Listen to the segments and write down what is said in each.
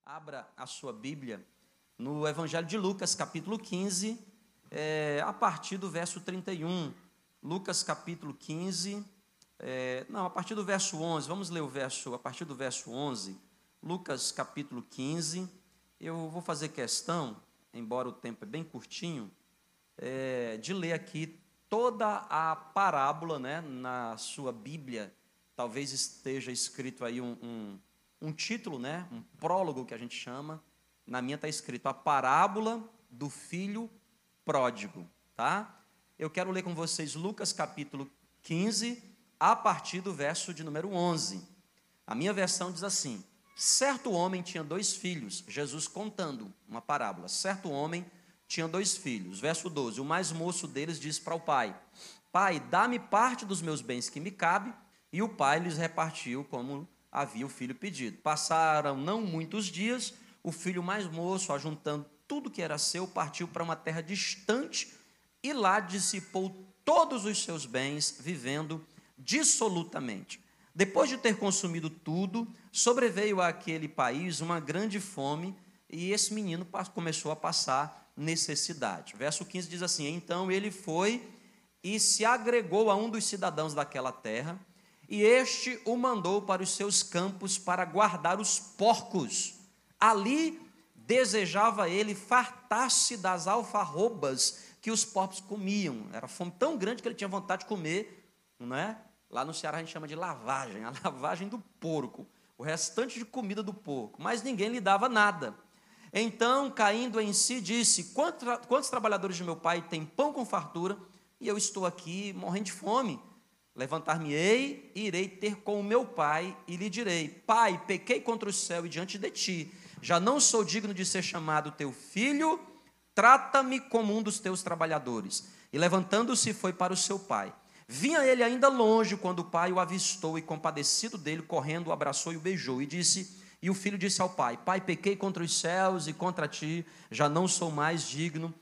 Abra a sua Bíblia no Evangelho de Lucas, capítulo 15, a partir do verso 31. Lucas, capítulo 15, a partir do verso 11. Vamos ler a partir do verso 11. Lucas, capítulo 15. Eu vou fazer questão, embora o tempo é bem curtinho, de ler aqui toda a parábola, né, na sua Bíblia. Talvez esteja escrito aí um título, né, um prólogo que a gente chama. Na minha está escrito a parábola do filho pródigo, tá? Eu quero ler com vocês Lucas capítulo 15, a partir do verso de número 11. A minha versão diz assim: certo homem tinha 2 filhos, Jesus contando uma parábola. Certo homem tinha 2 filhos. Verso 12, o mais moço deles disse para o pai: pai, dá-me parte dos meus bens que me cabe. E o pai lhes repartiu como havia o filho pedido. Passaram não muitos dias, o filho mais moço, ajuntando tudo que era seu, partiu para uma terra distante e lá dissipou todos os seus bens, vivendo dissolutamente. Depois de ter consumido tudo, sobreveio àquele país uma grande fome e esse menino começou a passar necessidade. Verso 15 diz assim: então ele foi e se agregou a um dos cidadãos daquela terra, e este o mandou para os seus campos para guardar os porcos. Ali desejava ele fartar-se das alfarrobas que os porcos comiam. Era fome tão grande que ele tinha vontade de comer, não é? Lá no Ceará a gente chama de lavagem, a lavagem do porco, o restante de comida do porco, mas ninguém lhe dava nada. Então, caindo em si, disse: quantos trabalhadores de meu pai têm pão com fartura, e eu estou aqui morrendo de fome? Levantar-me-ei e irei ter com o meu pai, e lhe direi: pai, pequei contra o céu e diante de ti, já não sou digno de ser chamado teu filho, trata-me como um dos teus trabalhadores. E levantando-se foi para o seu pai. Vinha ele ainda longe, quando o pai o avistou, e compadecido dele, correndo, o abraçou e o beijou, e o filho disse ao pai: pai, pequei contra os céus e contra ti, já não sou mais digno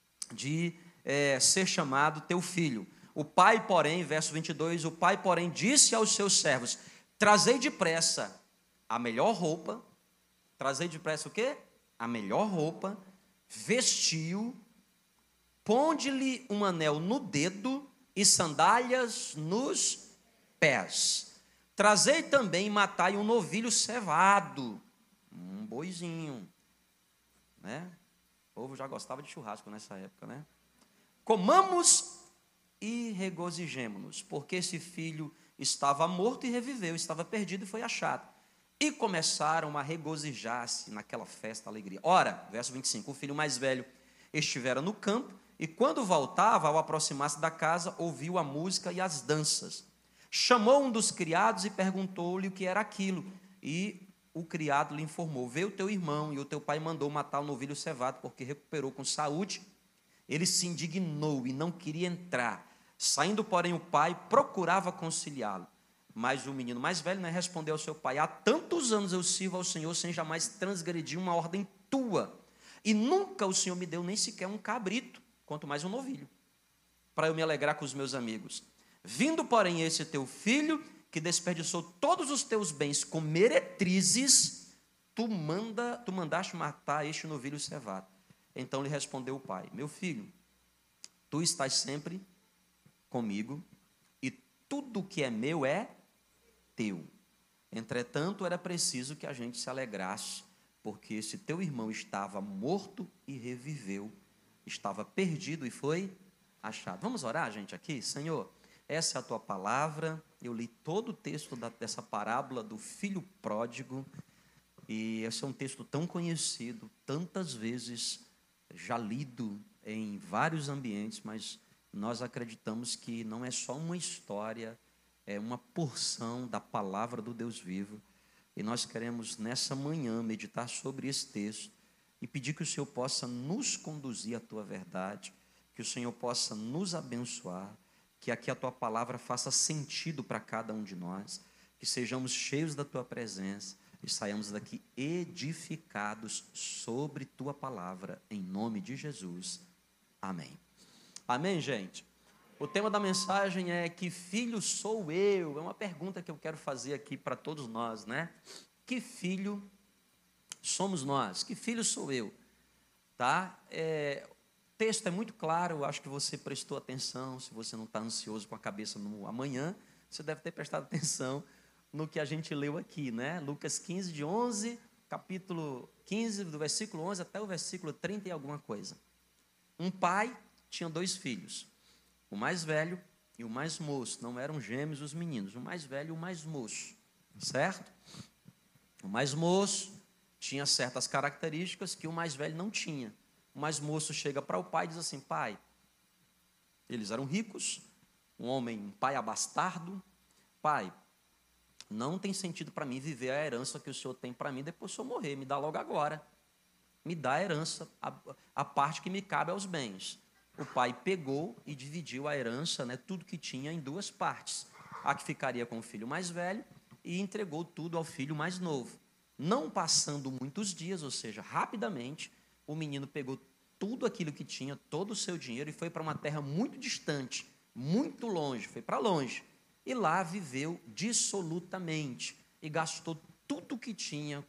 de ser chamado teu filho. O pai, porém, verso 22, o pai, porém, disse aos seus servos: trazei depressa a melhor roupa. Trazei depressa o quê? A melhor roupa, vestiu, ponde-lhe um anel no dedo e sandálias nos pés. Trazei também e matai um novilho cevado, um boizinho, né? O povo já gostava de churrasco nessa época, né? Comamos e regozijemo-nos, porque esse filho estava morto e reviveu, estava perdido e foi achado. E começaram a regozijar-se naquela festa, alegria. Ora, verso 25, o filho mais velho estivera no campo, e quando voltava, ao aproximar-se da casa, ouviu a música e as danças. Chamou um dos criados e perguntou-lhe o que era aquilo. E o criado lhe informou: veio teu irmão, e o teu pai mandou matar o novilho cevado, porque recuperou com saúde. Ele se indignou e não queria entrar. Saindo, porém, o pai procurava conciliá-lo. Mas o menino mais velho, né, respondeu ao seu pai: há tantos anos eu sirvo ao Senhor sem jamais transgredir uma ordem tua. E nunca o Senhor me deu nem sequer um cabrito, quanto mais um novilho, para eu me alegrar com os meus amigos. Vindo, porém, esse teu filho, que desperdiçou todos os teus bens com meretrizes, tu mandaste matar este novilho cevado. Então lhe respondeu o pai: meu filho, tu estás sempre comigo, e tudo que é meu é teu. Entretanto, era preciso que a gente se alegrasse, porque esse teu irmão estava morto e reviveu, estava perdido e foi achado. Vamos orar, gente, aqui? Senhor, essa é a tua palavra. Eu li todo o texto dessa parábola do filho pródigo, e esse é um texto tão conhecido, tantas vezes já lido em vários ambientes, mas nós acreditamos que não é só uma história, é uma porção da palavra do Deus vivo. E nós queremos, nessa manhã, meditar sobre esse texto e pedir que o Senhor possa nos conduzir à tua verdade, que o Senhor possa nos abençoar, que aqui a tua palavra faça sentido para cada um de nós, que sejamos cheios da tua presença e saiamos daqui edificados sobre tua palavra, em nome de Jesus. Amém. Amém, gente? O tema da mensagem é: que filho sou eu? É uma pergunta que eu quero fazer aqui para todos nós, né? Que filho somos nós? Que filho sou eu? Tá? O texto é muito claro, eu acho que você prestou atenção. Se você não está ansioso com a cabeça no amanhã, você deve ter prestado atenção no que a gente leu aqui, né? Lucas 15, de 11, capítulo 15, do versículo 11 até o versículo 30 e alguma coisa. Um pai tinha 2 filhos, o mais velho e o mais moço. Não eram gêmeos os meninos, o mais velho e o mais moço, certo? O mais moço tinha certas características que o mais velho não tinha. O mais moço chega para o pai e diz assim: pai, eles eram ricos, um pai abastardo. Pai, não tem sentido para mim viver a herança que o senhor tem para mim depois que eu morrer. Me dá logo agora. Me dá a herança, a parte que me cabe aos bens. O pai pegou e dividiu a herança, né, tudo que tinha, em 2 partes. A que ficaria com o filho mais velho e entregou tudo ao filho mais novo. Não passando muitos dias, ou seja, rapidamente, o menino pegou tudo aquilo que tinha, todo o seu dinheiro, e foi para uma terra muito distante, muito longe, foi para longe. E lá viveu dissolutamente e gastou tudo o que tinha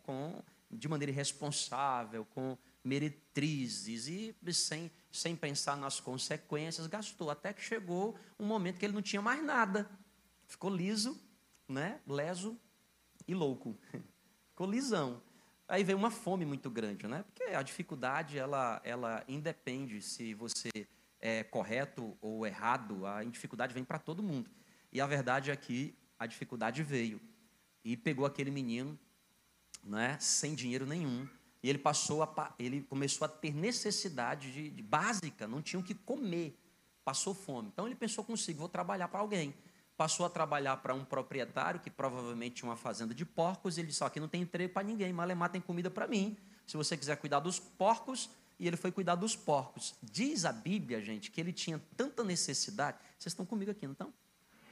de maneira irresponsável, com meretrizes e sem pensar nas consequências, gastou, até que chegou um momento que ele não tinha mais nada. Ficou liso, né? Leso e louco. Ficou lisão. Aí veio uma fome muito grande, né? Porque a dificuldade, ela independe se você é correto ou errado, a dificuldade vem para todo mundo. E a verdade é que a dificuldade veio e pegou aquele menino, né, sem dinheiro nenhum, e ele começou a ter necessidade básica, não tinha o que comer, passou fome. Então ele pensou consigo: vou trabalhar para alguém. Passou a trabalhar para um proprietário que provavelmente tinha uma fazenda de porcos. Ele disse: aqui não tem emprego para ninguém, Malemar tem comida para mim, se você quiser cuidar dos porcos. E ele foi cuidar dos porcos. Diz a Bíblia, gente, que ele tinha tanta necessidade. Vocês estão comigo aqui, não estão?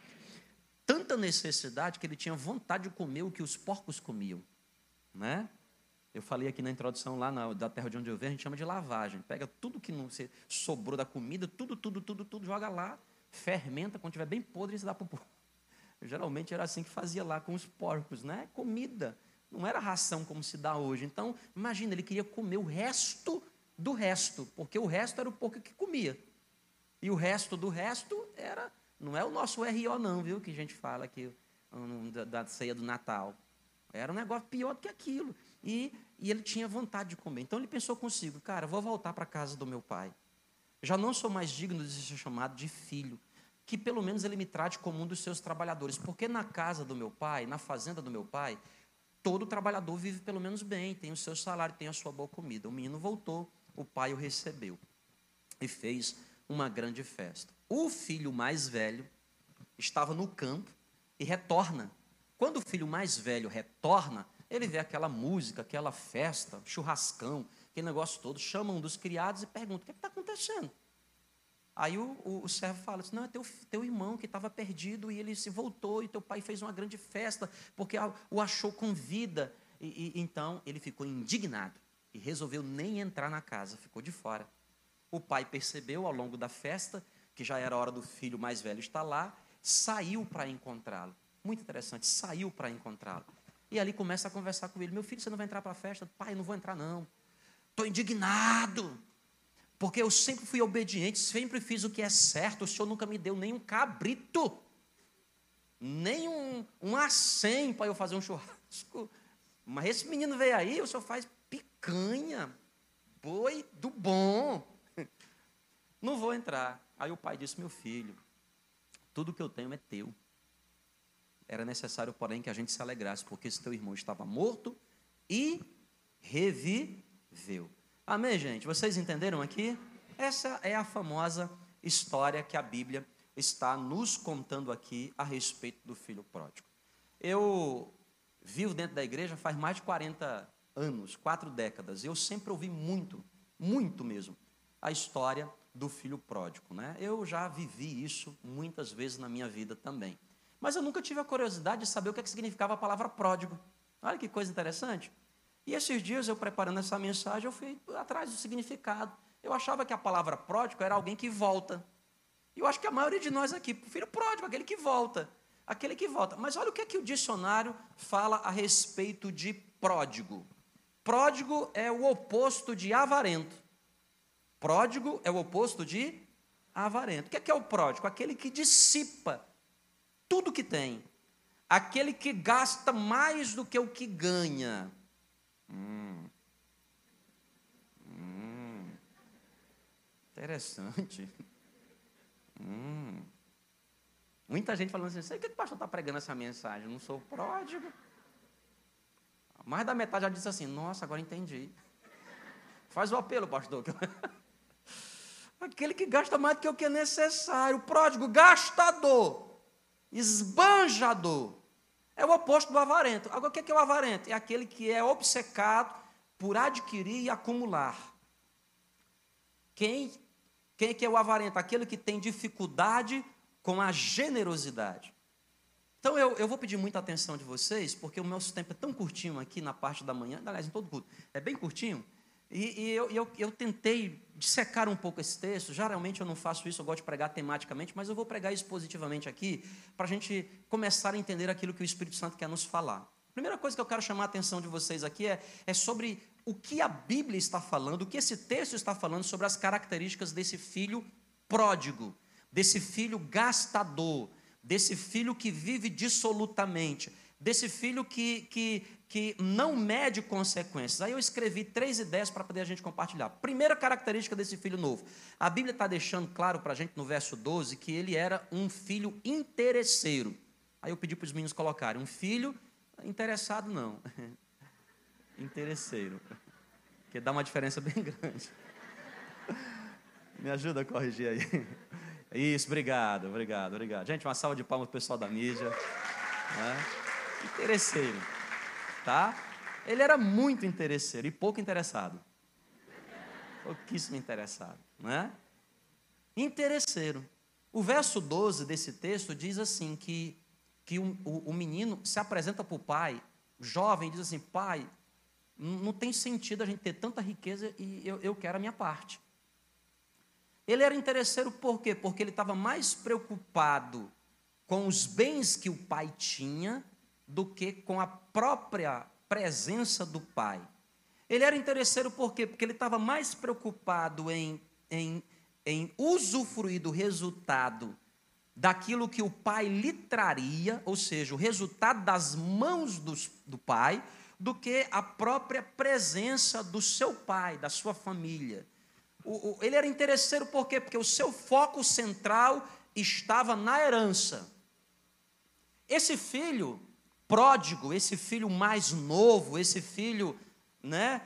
Tanta necessidade que ele tinha vontade de comer o que os porcos comiam, né? Eu falei aqui na introdução, lá da terra de onde eu venho, a gente chama de lavagem. Pega tudo que não sobrou da comida, tudo, joga lá, fermenta, quando estiver bem podre, você dá para o porco. Geralmente era assim que fazia lá com os porcos, né? Comida, não era ração como se dá hoje. Então, imagina, ele queria comer o resto do resto, porque o resto era o porco que comia. E o resto do resto não é o nosso RO não, viu, que a gente fala aqui da ceia do Natal. Era um negócio pior do que aquilo. E ele tinha vontade de comer. Então ele pensou consigo: cara, vou voltar para a casa do meu pai. Já não sou mais digno de ser chamado de filho. Que pelo menos ele me trate como um dos seus trabalhadores. Porque na casa do meu pai, na fazenda do meu pai, todo trabalhador vive pelo menos bem, tem o seu salário, tem a sua boa comida. O menino voltou, o pai o recebeu e fez uma grande festa. O filho mais velho estava no campo e retorna. Quando o filho mais velho retorna, ele vê aquela música, aquela festa, churrascão, aquele negócio todo, chama um dos criados e pergunta: o que está acontecendo? Aí o servo fala assim: não, é teu irmão que estava perdido e ele se voltou e teu pai fez uma grande festa porque o achou com vida. Então ele ficou indignado e resolveu nem entrar na casa, ficou de fora. O pai percebeu ao longo da festa que já era hora do filho mais velho estar lá, saiu para encontrá-lo. Muito interessante, saiu para encontrá-lo. E ali começa a conversar com ele: meu filho, você não vai entrar para a festa? Pai, não vou entrar não. Estou indignado, porque eu sempre fui obediente, sempre fiz o que é certo, o senhor nunca me deu nem um cabrito, nem um acém para eu fazer um churrasco. Mas esse menino veio aí, o senhor faz picanha, boi do bom. Não vou entrar. Aí o pai disse: meu filho, tudo que eu tenho é teu. Era necessário, porém, que a gente se alegrasse, porque esse teu irmão estava morto e reviveu. Amém, gente? Vocês entenderam aqui? Essa é a famosa história que a Bíblia está nos contando aqui a respeito do filho pródigo. Eu vivo dentro da igreja faz mais de 40 anos, 4 décadas. Eu sempre ouvi muito, muito mesmo, a história do filho pródigo, né? Eu já vivi isso muitas vezes na minha vida também. Mas eu nunca tive a curiosidade de saber o que significava a palavra pródigo. Olha que coisa interessante. E esses dias, eu preparando essa mensagem, eu fui atrás do significado. Eu achava que a palavra pródigo era alguém que volta. E eu acho que a maioria de nós aqui, filho pródigo, aquele que volta. Aquele que volta. Mas olha o que o dicionário fala a respeito de pródigo. Pródigo é o oposto de avarento. Pródigo é o oposto de avarento. O que é o pródigo? Aquele que dissipa tudo que tem. Aquele que gasta mais do que o que ganha. Interessante. Muita gente falando assim, sei que o pastor está pregando essa mensagem, eu não sou pródigo. Mais da metade já disse assim, nossa, agora entendi. Faz o apelo, pastor. Aquele que gasta mais do que o que é necessário. O pródigo, gastador, esbanjador. É o oposto do avarento. Agora, o que é o avarento? É aquele que é obcecado por adquirir e acumular. Quem é que é o avarento? Aquele que tem dificuldade com a generosidade. Então, eu vou pedir muita atenção de vocês, porque o meu tempo é tão curtinho aqui na parte da manhã, aliás, em todo culto, é bem curtinho, e eu tentei dissecar um pouco esse texto. Geralmente eu não faço isso, eu gosto de pregar tematicamente, mas eu vou pregar expositivamente aqui, para a gente começar a entender aquilo que o Espírito Santo quer nos falar. A primeira coisa que eu quero chamar a atenção de vocês aqui é sobre o que a Bíblia está falando, o que esse texto está falando sobre as características desse filho pródigo, desse filho gastador, desse filho que vive dissolutamente, desse filho que não mede consequências. Aí eu escrevi 3 ideias para poder a gente compartilhar. Primeira característica desse filho novo. A Bíblia está deixando claro para a gente no verso 12 que ele era um filho interesseiro. Aí eu pedi para os meninos colocarem, um filho interessado não, interesseiro, porque dá uma diferença bem grande. Me ajuda a corrigir aí. Isso, obrigado. Gente, uma salva de palmas para o pessoal da mídia. Né? Interesseiro, tá? Ele era muito interesseiro e pouco interessado. Pouquíssimo interessado, né? Interesseiro. O verso 12 desse texto diz assim, que o menino se apresenta para o pai, jovem, diz assim, pai, não tem sentido a gente ter tanta riqueza e eu quero a minha parte. Ele era interesseiro por quê? Porque ele estava mais preocupado com os bens que o pai tinha do que com a própria presença do pai. Ele era interesseiro por quê? Porque ele estava mais preocupado em usufruir do resultado daquilo que o pai lhe traria, ou seja, o resultado das mãos do pai, do que a própria presença do seu pai, da sua família. Ele era interesseiro por quê? Porque o seu foco central estava na herança. Esse filho pródigo, esse filho mais novo, esse filho, né,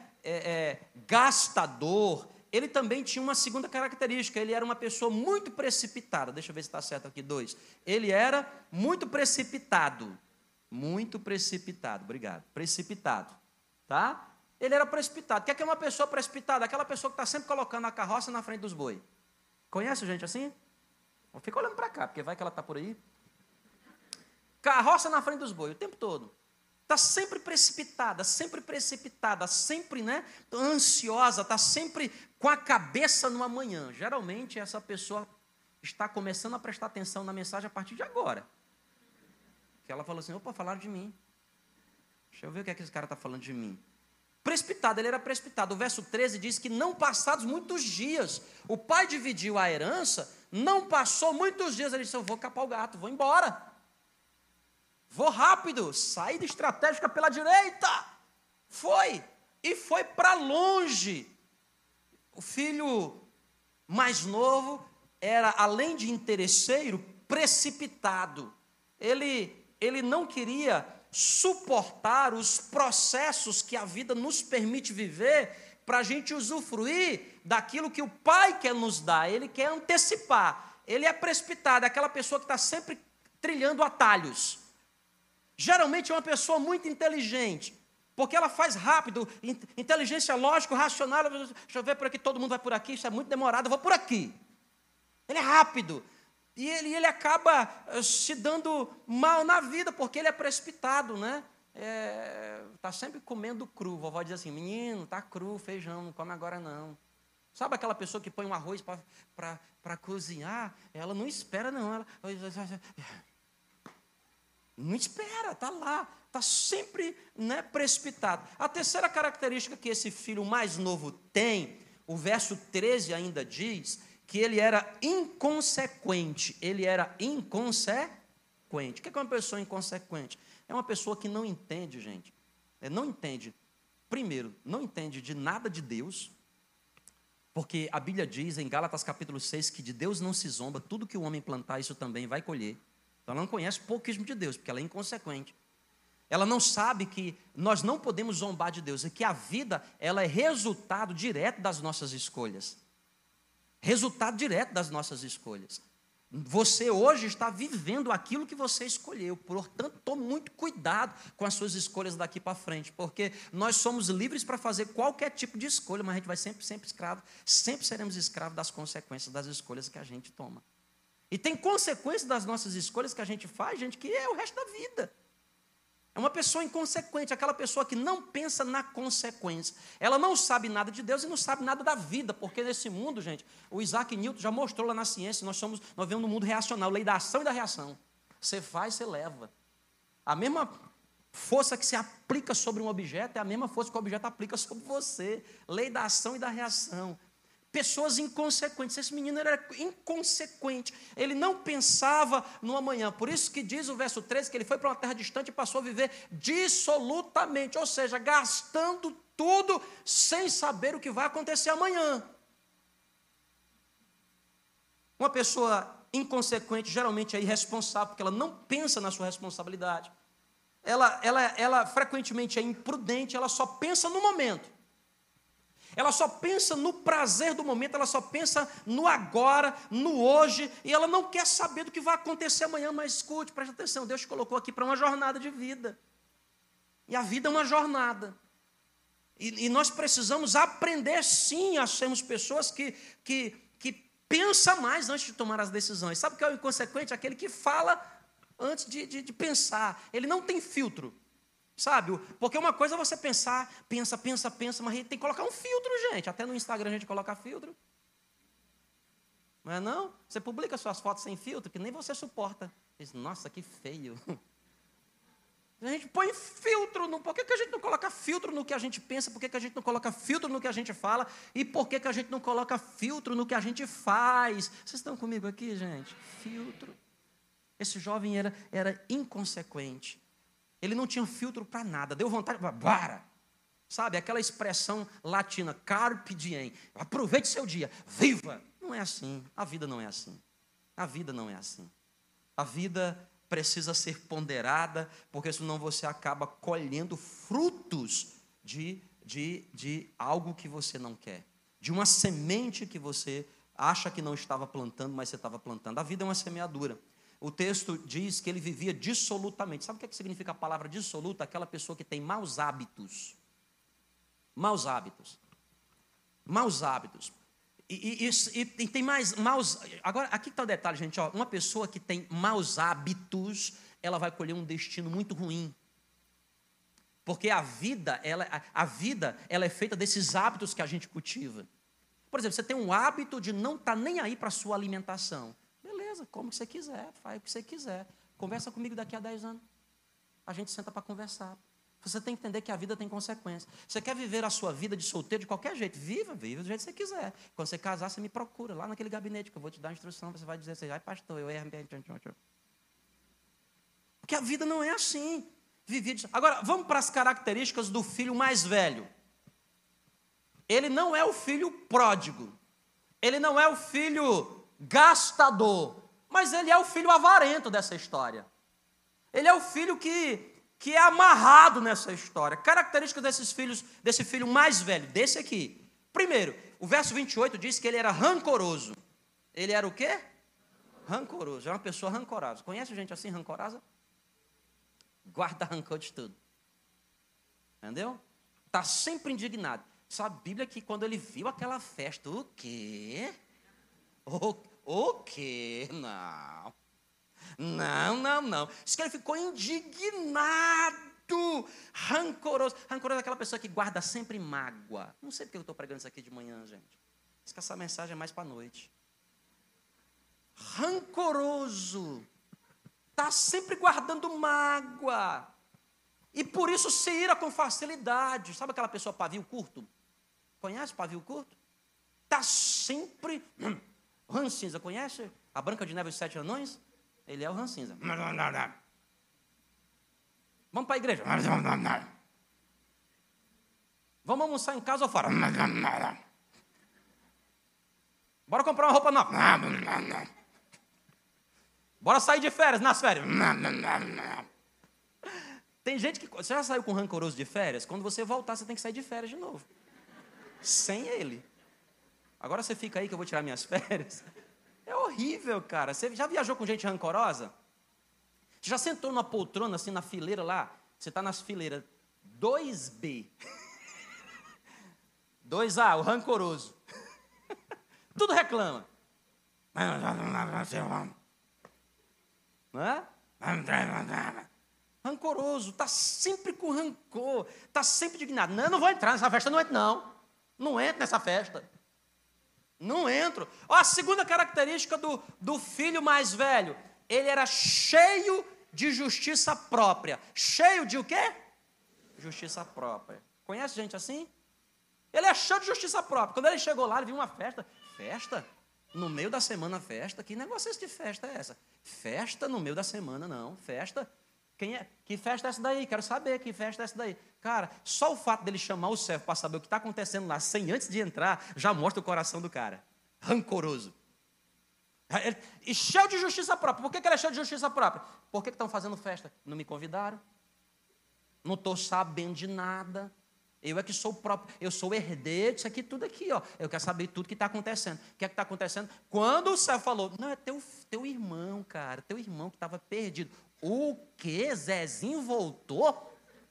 gastador, ele também tinha uma segunda característica, ele era uma pessoa muito precipitada. Deixa eu ver se está certo aqui, 2. Ele era muito precipitado, obrigado, precipitado, tá? Ele era precipitado. O que é uma pessoa precipitada? Aquela pessoa que está sempre colocando a carroça na frente dos bois. Conhece gente assim? Fica olhando para cá, porque vai que ela está por aí. Carroça na frente dos bois, o tempo todo. Está sempre precipitada, sempre, né, ansiosa, está sempre com a cabeça no amanhã. Geralmente, essa pessoa está começando a prestar atenção na mensagem a partir de agora. Que ela falou assim, opa, falaram de mim. Deixa eu ver o que é que esse cara está falando de mim. Precipitado, ele era precipitado. O verso 13 diz que não passados muitos dias, o pai dividiu a herança, não passou muitos dias, ele disse, eu vou capar o gato, vou embora. Vou rápido, saída estratégica pela direita. Foi para longe. O filho mais novo era, além de interesseiro, precipitado. Ele não queria suportar os processos que a vida nos permite viver para a gente usufruir daquilo que o Pai quer nos dar. Ele quer antecipar. Ele é precipitado, é aquela pessoa que está sempre trilhando atalhos. Geralmente é uma pessoa muito inteligente, porque ela faz rápido, inteligência lógica, racional. Deixa eu ver por aqui, todo mundo vai por aqui, isso é muito demorado, eu vou por aqui. Ele é rápido. E ele acaba se dando mal na vida, porque ele é precipitado, né? Está sempre comendo cru. Vovó diz assim, menino, está cru, feijão, não come agora não. Sabe aquela pessoa que põe um arroz para cozinhar? Ela não espera não. Não espera, está lá, está sempre, né, precipitado. A terceira característica que esse filho mais novo tem, o verso 13 ainda diz que ele era inconsequente. Ele era inconsequente. O que é uma pessoa inconsequente? É uma pessoa que não entende, gente. Não entende. Primeiro, não entende de nada de Deus, porque a Bíblia diz em Gálatas capítulo 6 que de Deus não se zomba, tudo que o homem plantar, isso também vai colher. Então ela não conhece pouquíssimo de Deus, porque ela é inconsequente. Ela não sabe que nós não podemos zombar de Deus, e que a vida ela é resultado direto das nossas escolhas. Resultado direto das nossas escolhas. Você hoje está vivendo aquilo que você escolheu, portanto, tome muito cuidado com as suas escolhas daqui para frente, porque nós somos livres para fazer qualquer tipo de escolha, mas a gente vai sempre escravo, sempre seremos escravos das consequências das escolhas que a gente toma. E tem consequências das nossas escolhas que a gente faz, gente, que é o resto da vida. É uma pessoa inconsequente, aquela pessoa que não pensa na consequência. Ela não sabe nada de Deus e não sabe nada da vida, porque nesse mundo, gente, o Isaac Newton já mostrou lá na ciência, nós vivemos no mundo reacional, lei da ação e da reação. Você faz, você leva. A mesma força que se aplica sobre um objeto é a mesma força que o objeto aplica sobre você. Lei da ação e da reação. Pessoas inconsequentes. Esse menino era inconsequente. Ele não pensava no amanhã. Por isso que diz o verso 13 que ele foi para uma terra distante e passou a viver dissolutamente. Ou seja, gastando tudo sem saber o que vai acontecer amanhã. Uma pessoa inconsequente geralmente é irresponsável, porque ela não pensa na sua responsabilidade. Ela frequentemente é imprudente, ela só pensa no momento. Ela só pensa no prazer do momento, ela só pensa no agora, no hoje, e ela não quer saber do que vai acontecer amanhã, mas escute, preste atenção, Deus te colocou aqui para uma jornada de vida. E a vida é uma jornada. E nós precisamos aprender, sim, a sermos pessoas que pensam mais antes de tomar as decisões. Sabe o que é o inconsequente? Aquele que fala antes de pensar. Ele não tem filtro. Sabe? Porque uma coisa é você pensa, mas a gente tem que colocar um filtro, gente. Até no Instagram a gente coloca filtro. Não é não? Você publica suas fotos sem filtro, que nem você suporta. Diz, nossa, que feio. A gente põe filtro. Por que a gente não coloca filtro no que a gente pensa? Por que a gente não coloca filtro no que a gente fala? E por que a gente não coloca filtro no que a gente faz? Vocês estão comigo aqui, gente? Filtro. Esse jovem era inconsequente. Ele não tinha filtro para nada, deu vontade, bora. Sabe, aquela expressão latina, carpe diem, aproveite seu dia, viva. Não é assim, a vida não é assim. A vida não é assim. A vida precisa ser ponderada, porque senão você acaba colhendo frutos de algo que você não quer. De uma semente que você acha que não estava plantando, mas você estava plantando. A vida é uma semeadura. O texto diz que ele vivia dissolutamente. Sabe o que significa a palavra dissoluta? Aquela pessoa que tem maus hábitos. Maus hábitos. Maus hábitos. E tem mais maus... Agora, aqui está o detalhe, gente. Ó, uma pessoa que tem maus hábitos, ela vai colher um destino muito ruim. Porque a vida ela é feita desses hábitos que a gente cultiva. Por exemplo, você tem um hábito de não estar nem aí para a sua alimentação. Come o que você quiser, faz o que você quiser. Conversa comigo daqui a 10 anos. A gente senta para conversar. Você tem que entender que a vida tem consequências. Você quer viver a sua vida de solteiro de qualquer jeito? Viva do jeito que você quiser. Quando você casar, você me procura lá naquele gabinete que eu vou te dar a instrução. Você vai dizer assim, ai pastor, eu erro. Porque a vida não é assim. Agora, vamos para as características do filho mais velho. Ele não é o filho pródigo. Ele não é o filho gastador. Mas ele é o filho avarento dessa história. Ele é o filho que é amarrado nessa história. Características desse filho mais velho, desse aqui. Primeiro, o verso 28 diz que ele era rancoroso. Ele era o quê? Rancoroso. É uma pessoa rancorosa. Conhece gente assim, rancorosa? Guarda rancor de tudo. Entendeu? Está sempre indignado. Sabe a Bíblia que quando ele viu aquela festa, o quê? O quê? Não. Diz que ele ficou indignado, rancoroso. Rancoroso é aquela pessoa que guarda sempre mágoa. Não sei porque eu estou pregando isso aqui de manhã, gente. Diz que essa mensagem é mais para a noite. Rancoroso. Está sempre guardando mágoa. E por isso se ira com facilidade. Sabe aquela pessoa pavio curto? Conhece pavio curto? Está sempre... Rancinza, conhece? A Branca de Neve e os 7 Anões? Ele é o Rancinza. Vamos para a igreja. Vamos almoçar em casa ou fora? Bora comprar uma roupa nova. Bora sair de férias, nas férias. Tem gente que... Você já saiu com rancoroso de férias? Quando você voltar, você tem que sair de férias de novo. Sem ele. Agora você fica aí que eu vou tirar minhas férias. É horrível, cara. Você já viajou com gente rancorosa? Você já sentou numa poltrona, assim, na fileira lá? Você está nas fileiras 2B. 2A, o rancoroso. Tudo reclama. Não é? Rancoroso, está sempre com rancor, está sempre indignado. Não, eu não vou entrar nessa festa, não entro, não. Não entro nessa festa. Não entro. Ó, a segunda característica do filho mais velho. Ele era cheio de justiça própria. Cheio de o quê? Justiça própria. Conhece gente assim? Ele é cheio de justiça própria. Quando ele chegou lá, ele viu uma festa. Festa? No meio da semana, festa? Que negócio é esse de festa é essa? Festa no meio da semana, não. Festa? Quem é? Que festa é essa daí? Quero saber que festa é essa daí. Cara, só o fato dele chamar o servo para saber o que está acontecendo lá, sem antes de entrar, já mostra o coração do cara. Rancoroso. E cheio de justiça própria. Por que ele é cheio de justiça própria? Por que estão fazendo festa? Não me convidaram. Não estou sabendo de nada. Eu é que sou o próprio, eu sou o herdeiro disso aqui, tudo aqui, ó. Eu quero saber tudo que está acontecendo. O que é que está acontecendo? Quando o servo falou, não, é teu irmão, cara, teu irmão que estava perdido. O quê? Zezinho voltou?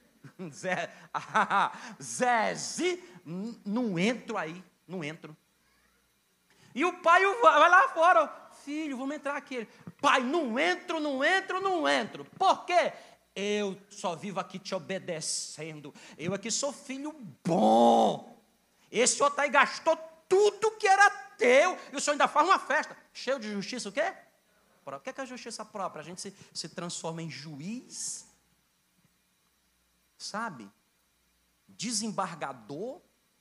Zezinho, não entro aí, não entro. E o pai vai lá fora, ó, filho, vamos entrar aqui. Pai, não entro. Por quê? Eu só vivo aqui te obedecendo. Eu aqui sou filho bom. Esse outro aí gastou tudo que era teu. E o senhor ainda faz uma festa. Cheio de justiça, o quê? O que é a justiça própria? A gente se transforma em juiz, sabe? Desembargador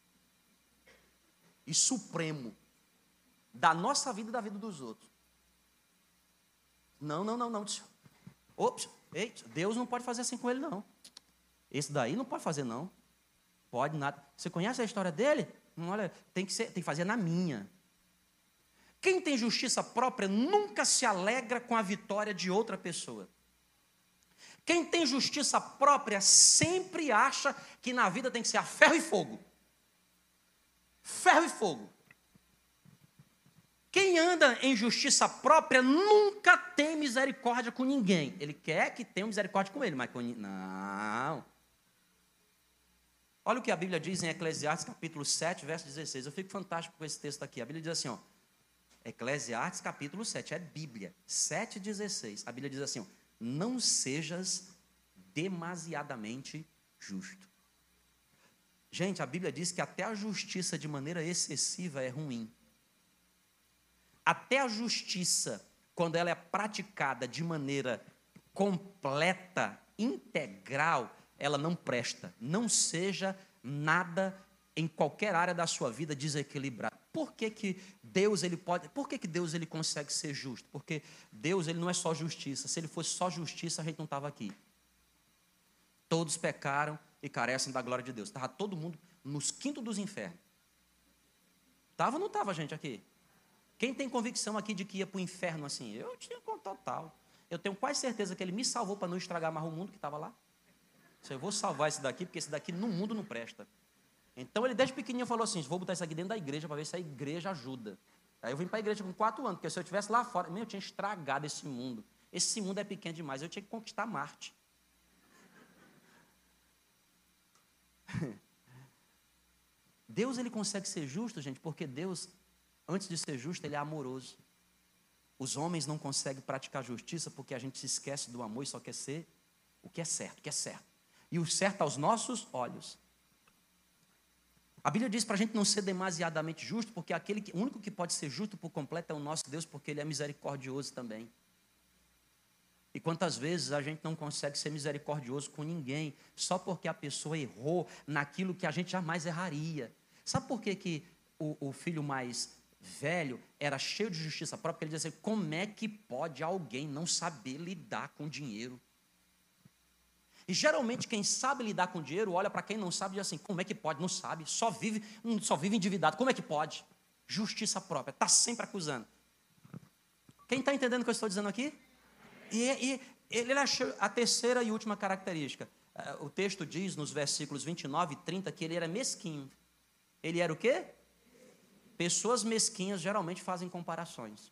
e supremo da nossa vida e da vida dos outros. Não. Ops, ei, Deus não pode fazer assim com ele, não. Esse daí não pode fazer, não. Pode nada. Você conhece a história dele? Não, olha, tem que fazer na minha. Quem tem justiça própria nunca se alegra com a vitória de outra pessoa. Quem tem justiça própria sempre acha que na vida tem que ser a ferro e fogo. Ferro e fogo. Quem anda em justiça própria nunca tem misericórdia com ninguém. Ele quer que tenha misericórdia com ele, mas com ninguém. Não. Olha o que a Bíblia diz em Eclesiastes capítulo 7, verso 16. Eu fico fantástico com esse texto aqui. A Bíblia diz assim, ó. Eclesiastes capítulo 7, é Bíblia, 7,16. A Bíblia diz assim, ó, não sejas demasiadamente justo. Gente, a Bíblia diz que até a justiça de maneira excessiva é ruim. Até a justiça, quando ela é praticada de maneira completa, integral, ela não presta. Não seja nada em qualquer área da sua vida desequilibrado. Por que Deus ele consegue ser justo? Porque Deus ele não é só justiça. Se ele fosse só justiça, a gente não estava aqui. Todos pecaram e carecem da glória de Deus. Estava todo mundo nos quintos dos infernos. Estava ou não estava, gente, aqui? Quem tem convicção aqui de que ia para o inferno assim? Eu tinha com total. Eu tenho quase certeza que ele me salvou para não estragar mais o mundo que estava lá. Eu vou salvar esse daqui, porque esse daqui no mundo não presta. Então ele desde pequenininho falou assim, vou botar isso aqui dentro da igreja para ver se a igreja ajuda. Aí eu vim para a igreja com 4 anos, porque se eu estivesse lá fora, eu tinha estragado esse mundo. Esse mundo é pequeno demais, eu tinha que conquistar Marte. Deus ele consegue ser justo, gente, porque Deus, antes de ser justo, ele é amoroso. Os homens não conseguem praticar justiça porque a gente se esquece do amor e só quer ser o que é certo, E o certo aos nossos olhos. A Bíblia diz para a gente não ser demasiadamente justo, porque o único que pode ser justo por completo é o nosso Deus, porque Ele é misericordioso também. E quantas vezes a gente não consegue ser misericordioso com ninguém, só porque a pessoa errou naquilo que a gente jamais erraria. Sabe por que, que o filho mais velho era cheio de justiça própria? Porque ele dizia assim, como é que pode alguém não saber lidar com dinheiro? E geralmente quem sabe lidar com dinheiro, olha para quem não sabe e diz assim, como é que pode? Não sabe, só vive endividado, como é que pode? Justiça própria, está sempre acusando. Quem está entendendo o que eu estou dizendo aqui? E ele achou a terceira e última característica. O texto diz nos versículos 29 e 30 que ele era mesquinho. Ele era o quê? Pessoas mesquinhas geralmente fazem comparações.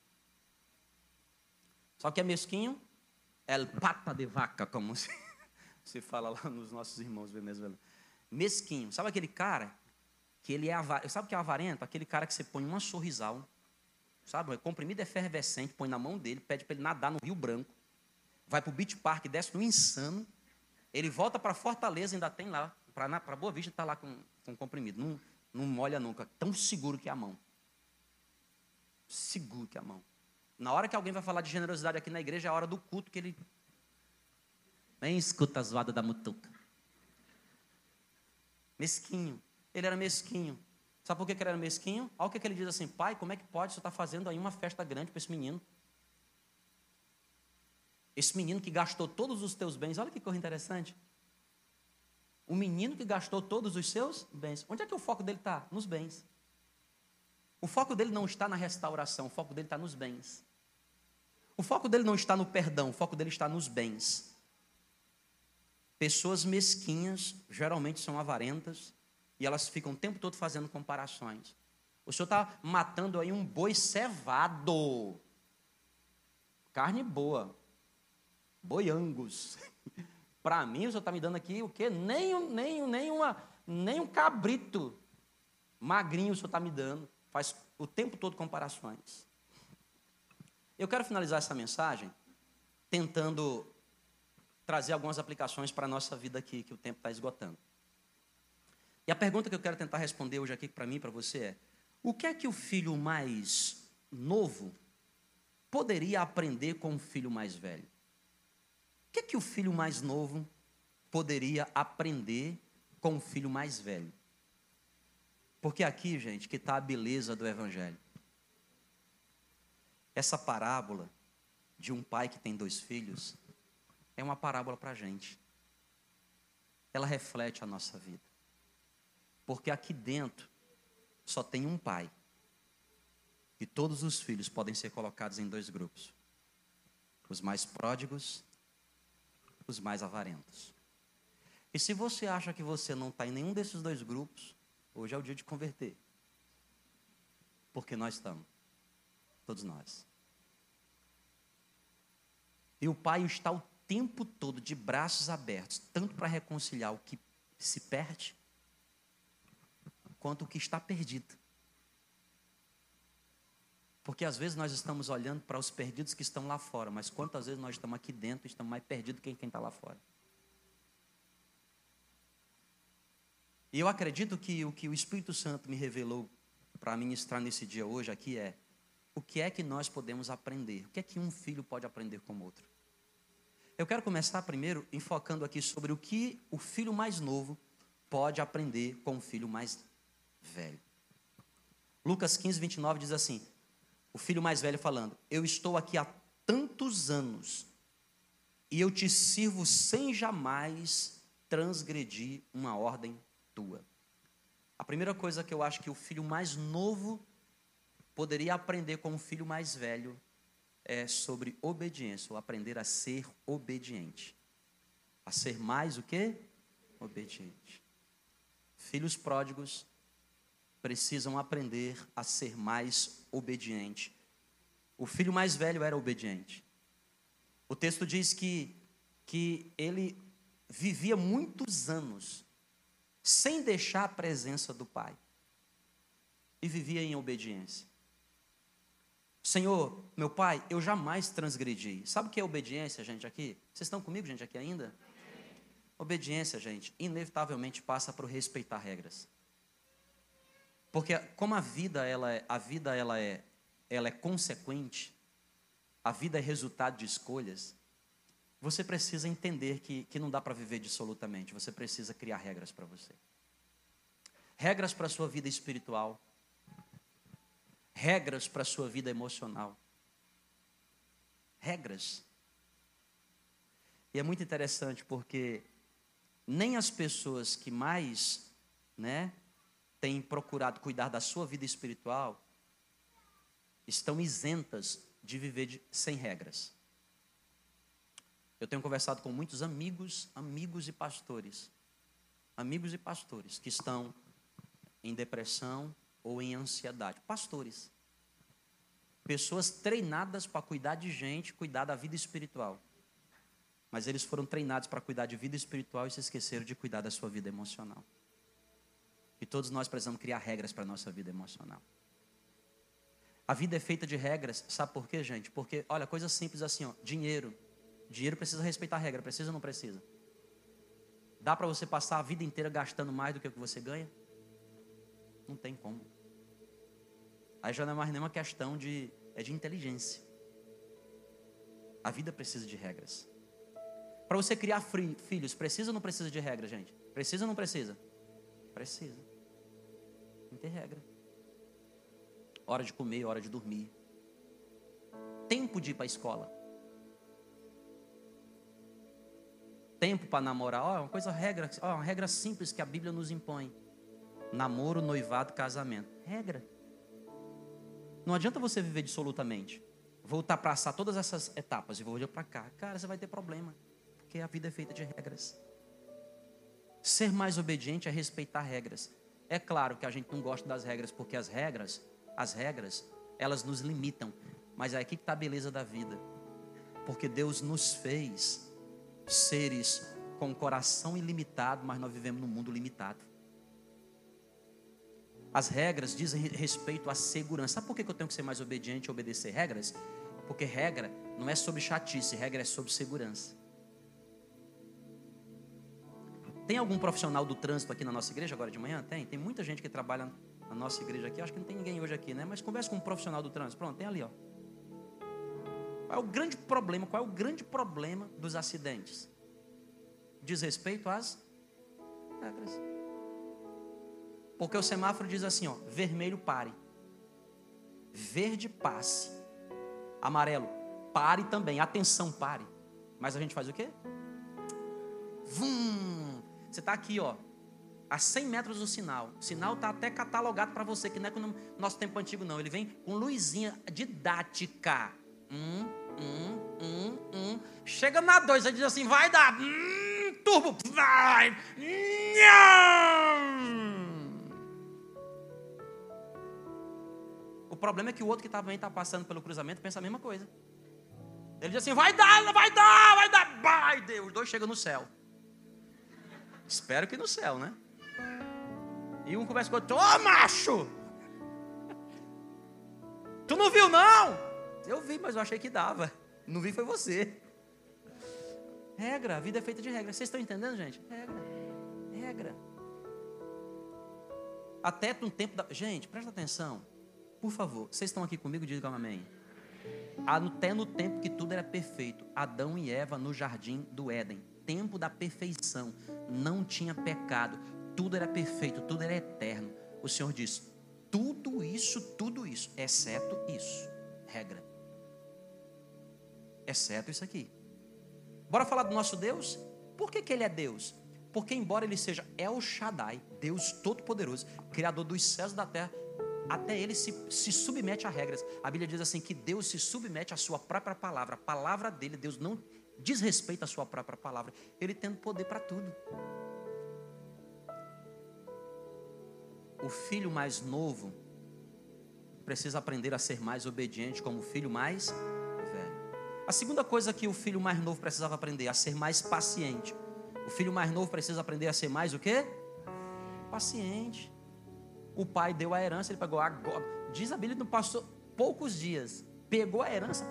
Só que é mesquinho, el pata de vaca, como se fala lá nos nossos irmãos venezuelanos. Mesquinho. Sabe aquele cara que ele é avarento? Sabe o que é avarento? Aquele cara que você põe uma sorrisal, sabe? O comprimido efervescente, põe na mão dele, pede para ele nadar no Rio Branco, vai para o Beach Park, desce no Insano, ele volta para Fortaleza, ainda tem lá, para Boa Vista está lá com comprimido. Não molha nunca, tão seguro que é a mão. Seguro que é a mão. Na hora que alguém vai falar de generosidade aqui na igreja, é a hora do culto que ele... Nem escuta a zoada da mutuca. Mesquinho. Ele era mesquinho. Sabe por que ele era mesquinho? Olha o que ele diz assim, pai, como é que pode você estar fazendo aí uma festa grande para esse menino? Esse menino que gastou todos os teus bens, olha que coisa interessante. O menino que gastou todos os seus bens. Onde é que o foco dele está? Nos bens. O foco dele não está na restauração, o foco dele está nos bens. O foco dele não está no perdão, o foco dele está nos bens. Pessoas mesquinhas, geralmente são avarentas, e elas ficam o tempo todo fazendo comparações. O senhor está matando aí um boi cevado. Carne boa. Boi Angus. Para mim, o senhor está me dando aqui o quê? Nem um cabrito magrinho o senhor está me dando. Faz o tempo todo comparações. Eu quero finalizar essa mensagem tentando trazer algumas aplicações para a nossa vida aqui, que o tempo está esgotando. E a pergunta que eu quero tentar responder hoje aqui para mim e para você é: o que é que o filho mais novo poderia aprender com o filho mais velho? O que é que o filho mais novo poderia aprender com o filho mais velho? Porque aqui, gente, que está a beleza do Evangelho. Essa parábola de um pai que tem 2 filhos é uma parábola para a gente. Ela reflete a nossa vida. Porque aqui dentro só tem um pai. E todos os filhos podem ser colocados em 2 grupos. Os mais pródigos, os mais avarentos. E se você acha que você não está em nenhum desses 2 grupos, hoje é o dia de converter. Porque nós estamos. Todos nós. E o pai está o tempo todo de braços abertos, tanto para reconciliar o que se perde, quanto o que está perdido. Porque às vezes nós estamos olhando para os perdidos que estão lá fora, mas quantas vezes nós estamos aqui dentro e estamos mais perdidos que quem está lá fora. E eu acredito que o que o Espírito Santo me revelou para ministrar nesse dia hoje aqui é: o que é que nós podemos aprender? O que é que um filho pode aprender com o outro? Eu quero começar primeiro enfocando aqui sobre o que o filho mais novo pode aprender com o filho mais velho. Lucas 15, 29 diz assim, o filho mais velho falando: eu estou aqui há tantos anos e eu te sirvo sem jamais transgredir uma ordem tua. A primeira coisa que eu acho que o filho mais novo poderia aprender com o filho mais velho é sobre obediência, ou aprender a ser obediente. A ser mais o quê? Obediente. Filhos pródigos precisam aprender a ser mais obediente. O filho mais velho era obediente. O texto diz que ele vivia muitos anos sem deixar a presença do pai. E vivia em obediência. Senhor, meu pai, eu jamais transgredi. Sabe o que é obediência, gente, aqui? Vocês estão comigo, gente, aqui ainda? Obediência, gente, inevitavelmente passa por respeitar regras. Porque como a vida ela é consequente, a vida é resultado de escolhas, Você precisa entender que não dá para viver dissolutamente. Você precisa criar regras para você. Regras para a sua vida espiritual. Regras para a sua vida emocional. Regras. E é muito interessante porque nem as pessoas que mais, têm procurado cuidar da sua vida espiritual estão isentas de viver sem regras. Eu tenho conversado com muitos amigos e pastores que estão em depressão ou em ansiedade. Pastores. Pessoas treinadas para cuidar de gente, cuidar da vida espiritual. Mas eles foram treinados para cuidar de vida espiritual e se esqueceram de cuidar da sua vida emocional. E todos nós precisamos criar regras para a nossa vida emocional. A vida é feita de regras. Sabe por quê, gente? Porque, olha, coisa simples assim, ó, dinheiro. Dinheiro precisa respeitar a regra, precisa ou não precisa? Dá para você passar a vida inteira gastando mais do que o que você ganha? Não tem como. Aí já não é mais nenhuma questão de inteligência. A vida precisa de regras. Para você criar filhos, precisa ou não precisa de regra, gente? Precisa ou não precisa? Precisa. Tem que ter regra. Hora de comer, hora de dormir. Tempo de ir para a escola. Tempo para namorar. Uma regra simples que a Bíblia nos impõe. Namoro, noivado, casamento. Regra. Não adianta você viver dissolutamente. Vou ultrapassar todas essas etapas e vou olhar para cá. Cara, você vai ter problema. Porque a vida é feita de regras. Ser mais obediente é respeitar regras. É claro que a gente não gosta das regras, porque as regras, elas nos limitam. Mas é aqui que está a beleza da vida. Porque Deus nos fez seres com coração ilimitado, mas nós vivemos num mundo limitado. As regras dizem respeito à segurança. Sabe por que eu tenho que ser mais obediente e obedecer regras? Porque regra não é sobre chatice, regra é sobre segurança. Tem algum profissional do trânsito aqui na nossa igreja agora de manhã? Tem muita gente que trabalha na nossa igreja aqui. Acho que não tem ninguém hoje aqui, Mas conversa com um profissional do trânsito. Pronto, tem ali, ó. Qual é o grande problema dos acidentes? Diz respeito às regras. Porque o semáforo diz assim, ó, vermelho, pare. Verde, passe. Amarelo, pare também. Atenção, pare. Mas a gente faz o quê? Vum! Você está aqui, ó, a 100 metros do sinal. O sinal está até catalogado para você, que não é como no nosso tempo antigo, não. Ele vem com luzinha didática. Chega na 2, você diz assim, vai dar turbo, vai. O problema é que o outro que também está passando pelo cruzamento pensa a mesma coisa. Ele diz assim, vai dar, vai Deus. Os dois chegam no céu. Espero que no céu, E um conversa com o outro, macho! Tu não viu, não? Eu vi, mas eu achei que dava. Não vi, foi você. Regra, a vida é feita de regras. Vocês estão entendendo, gente? Regra. Até no tempo da... Gente, presta atenção. Por favor, vocês estão aqui comigo? Digam amém. Até no tempo que tudo era perfeito. Adão e Eva no jardim do Éden. Tempo da perfeição. Não tinha pecado. Tudo era perfeito, tudo era eterno. O Senhor diz, tudo isso, exceto isso. Regra. Exceto isso aqui. Bora falar do nosso Deus? Por que Ele é Deus? Porque embora Ele seja El Shaddai, Deus Todo-Poderoso, Criador dos céus e da terra, até Ele se submete a regras. A Bíblia diz assim, que Deus se submete à sua própria palavra. A palavra dele, Deus não desrespeita a sua própria palavra. Ele tem poder para tudo. O filho mais novo precisa aprender a ser mais obediente como o filho mais velho. A segunda coisa que o filho mais novo precisava aprender, a ser mais paciente. O filho mais novo precisa aprender a ser mais o quê? Paciente. O pai deu a herança, ele pegou agora. Diz a Bíblia, não passou poucos dias. Pegou a herança.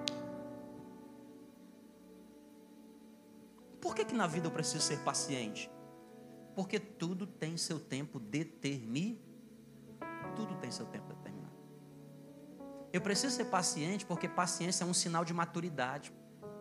Por que na vida eu preciso ser paciente? Porque tudo tem seu tempo determinado. Tudo tem seu tempo determinado. Eu preciso ser paciente porque paciência é um sinal de maturidade.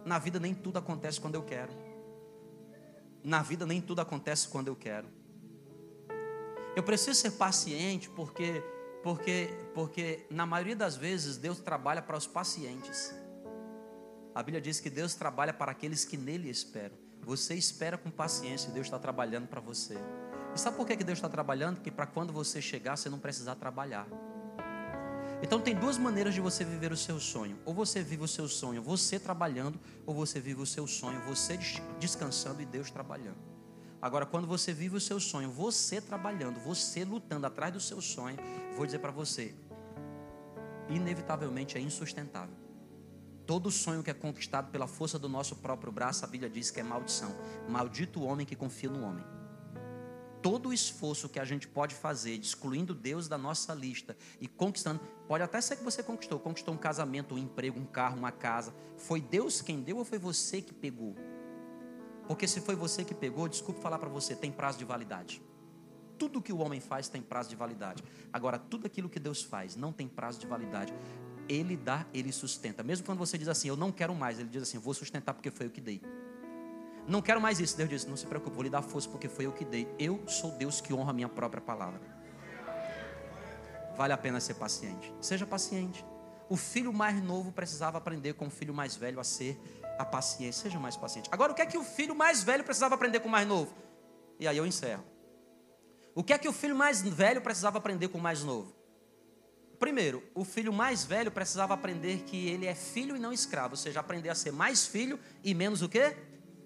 Na vida nem tudo acontece quando eu quero. Na vida nem tudo acontece quando eu quero. Eu preciso ser paciente porque na maioria das vezes Deus trabalha para os pacientes. A Bíblia diz que Deus trabalha para aqueles que nele esperam. Você espera com paciência e Deus está trabalhando para você. E sabe por que Deus está trabalhando? Porque para quando você chegar, você não precisar trabalhar. Então tem duas maneiras de você viver o seu sonho. Ou você vive o seu sonho você trabalhando, ou você vive o seu sonho você descansando e Deus trabalhando. Agora, quando você vive o seu sonho você trabalhando, você lutando atrás do seu sonho, vou dizer para você, inevitavelmente é insustentável. Todo sonho que é conquistado pela força do nosso próprio braço, a Bíblia diz que é maldição. Maldito o homem que confia no homem. Todo o esforço que a gente pode fazer, excluindo Deus da nossa lista e conquistando, pode até ser que você conquistou um casamento, um emprego, um carro, uma casa. Foi Deus quem deu ou foi você que pegou? Porque se foi você que pegou, desculpe falar para você, tem prazo de validade. Tudo que o homem faz tem prazo de validade. Agora, tudo aquilo que Deus faz não tem prazo de validade. Ele dá, Ele sustenta. Mesmo quando você diz assim, eu não quero mais, Ele diz assim, vou sustentar porque foi eu que dei. Não quero mais isso. Deus diz, não se preocupe, vou lhe dar força porque foi eu que dei. Eu sou Deus que honra a minha própria palavra. Vale a pena ser paciente. Seja paciente. O filho mais novo precisava aprender com o filho mais velho a ser a paciência. Seja mais paciente. Agora, o que é que o filho mais velho precisava aprender com o mais novo? E aí eu encerro. O que é que o filho mais velho precisava aprender com o mais novo? Primeiro, o filho mais velho precisava aprender que ele é filho e não escravo. Ou seja, aprender a ser mais filho e menos o quê?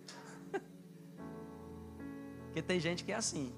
Porque tem gente que é assim.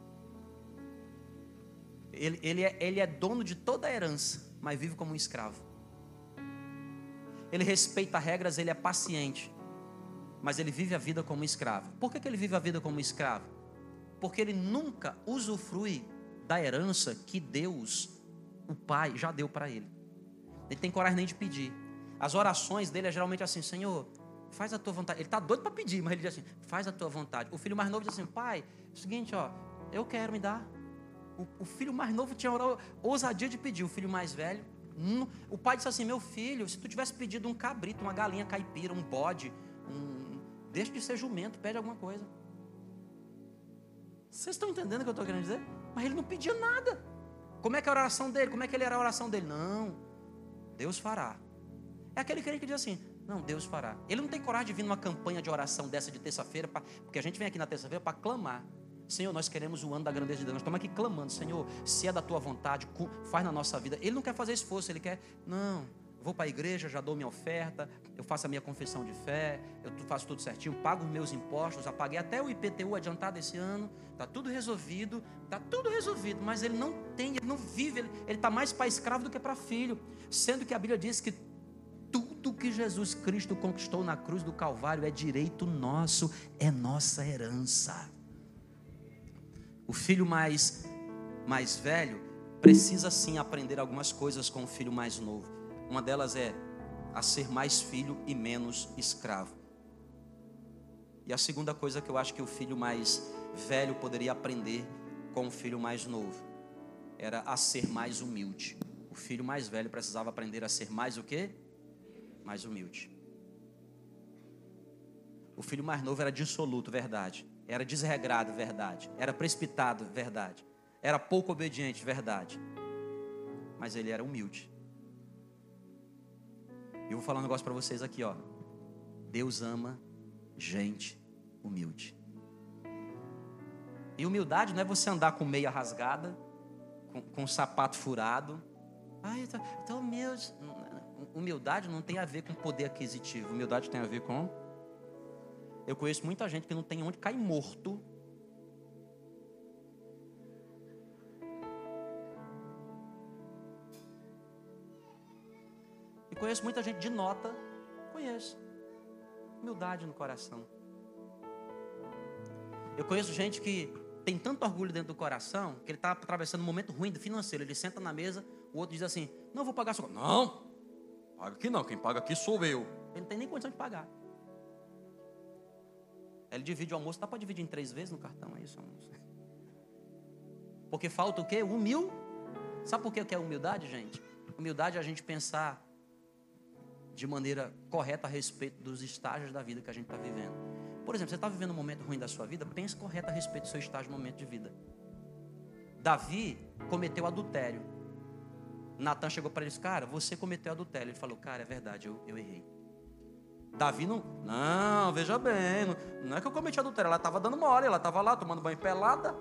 Ele é dono de toda a herança, mas vive como um escravo. Ele respeita regras, ele é paciente, mas ele vive a vida como um escravo. Por que ele vive a vida como um escravo? Porque ele nunca usufrui da herança que Deus, o Pai, já deu para ele. Ele tem coragem nem de pedir. As orações dele é geralmente assim, Senhor, faz a tua vontade. Ele está doido para pedir, mas ele diz assim, faz a tua vontade. O filho mais novo diz assim, pai, é o seguinte, ó, eu quero, me dar. O filho mais novo tinha ousadia de pedir. O filho mais velho, o pai disse assim, meu filho, se tu tivesse pedido um cabrito, uma galinha caipira, um bode, deixa de ser jumento, pede alguma coisa. Vocês estão entendendo o que eu estou querendo dizer? Mas ele não pedia nada. Como é que é a oração dele? Como é que ele era a oração dele? Não, Deus fará. É aquele crente que diz assim, não, Deus fará. Ele não tem coragem de vir numa campanha de oração dessa de terça-feira, porque a gente vem aqui na terça-feira para clamar. Senhor, nós queremos o ano da grandeza de Deus. Nós estamos aqui clamando, Senhor, se é da tua vontade, faz na nossa vida. Ele não quer fazer esforço, ele quer, não, vou para a igreja, já dou minha oferta, eu faço a minha confissão de fé, eu faço tudo certinho, pago os meus impostos, apaguei até o IPTU adiantado esse ano, está tudo resolvido, mas ele não tem, ele não vive, ele está mais para escravo do que para filho, sendo que a Bíblia diz que tudo que Jesus Cristo conquistou na cruz do Calvário é direito nosso, é nossa herança. O filho mais velho precisa sim aprender algumas coisas com o filho mais novo. Uma delas é a ser mais filho e menos escravo. E a segunda coisa que eu acho que o filho mais velho poderia aprender com o filho mais novo era a ser mais humilde. O filho mais velho precisava aprender a ser mais o quê? Mais humilde. O filho mais novo era dissoluto, verdade. Era desregrado, verdade. Era precipitado, verdade. Era pouco obediente, verdade. Mas ele era humilde. E eu vou falar um negócio para vocês aqui, ó. Deus ama gente humilde. E humildade não é você andar com meia rasgada, com um sapato furado. Ai, tô humilde. Humildade não tem a ver com poder aquisitivo. Humildade tem a ver com... Eu conheço muita gente que não tem onde cair morto. E conheço muita gente de nota. Conheço. Humildade no coração. Eu conheço gente que tem tanto orgulho dentro do coração que ele está atravessando um momento ruim financeiro. Ele senta na mesa, o outro diz assim, não, vou pagar sua conta. Não, paga aqui não, quem paga aqui sou eu. Ele não tem nem condição de pagar. Ele divide o almoço, dá para dividir em 3 vezes no cartão, é isso? Porque falta o quê? Sabe por que é humildade, gente? Humildade é a gente pensar de maneira correta a respeito dos estágios da vida que a gente está vivendo. Por exemplo, você está vivendo um momento ruim da sua vida, pense correto a respeito do seu estágio, momento de vida. Davi cometeu adultério. Natan chegou para ele e disse, cara, você cometeu adultério. Ele falou, cara, é verdade, eu errei. Davi não, veja bem, não é que eu cometi adultério, ela estava dando mole, ela estava lá tomando banho pelada.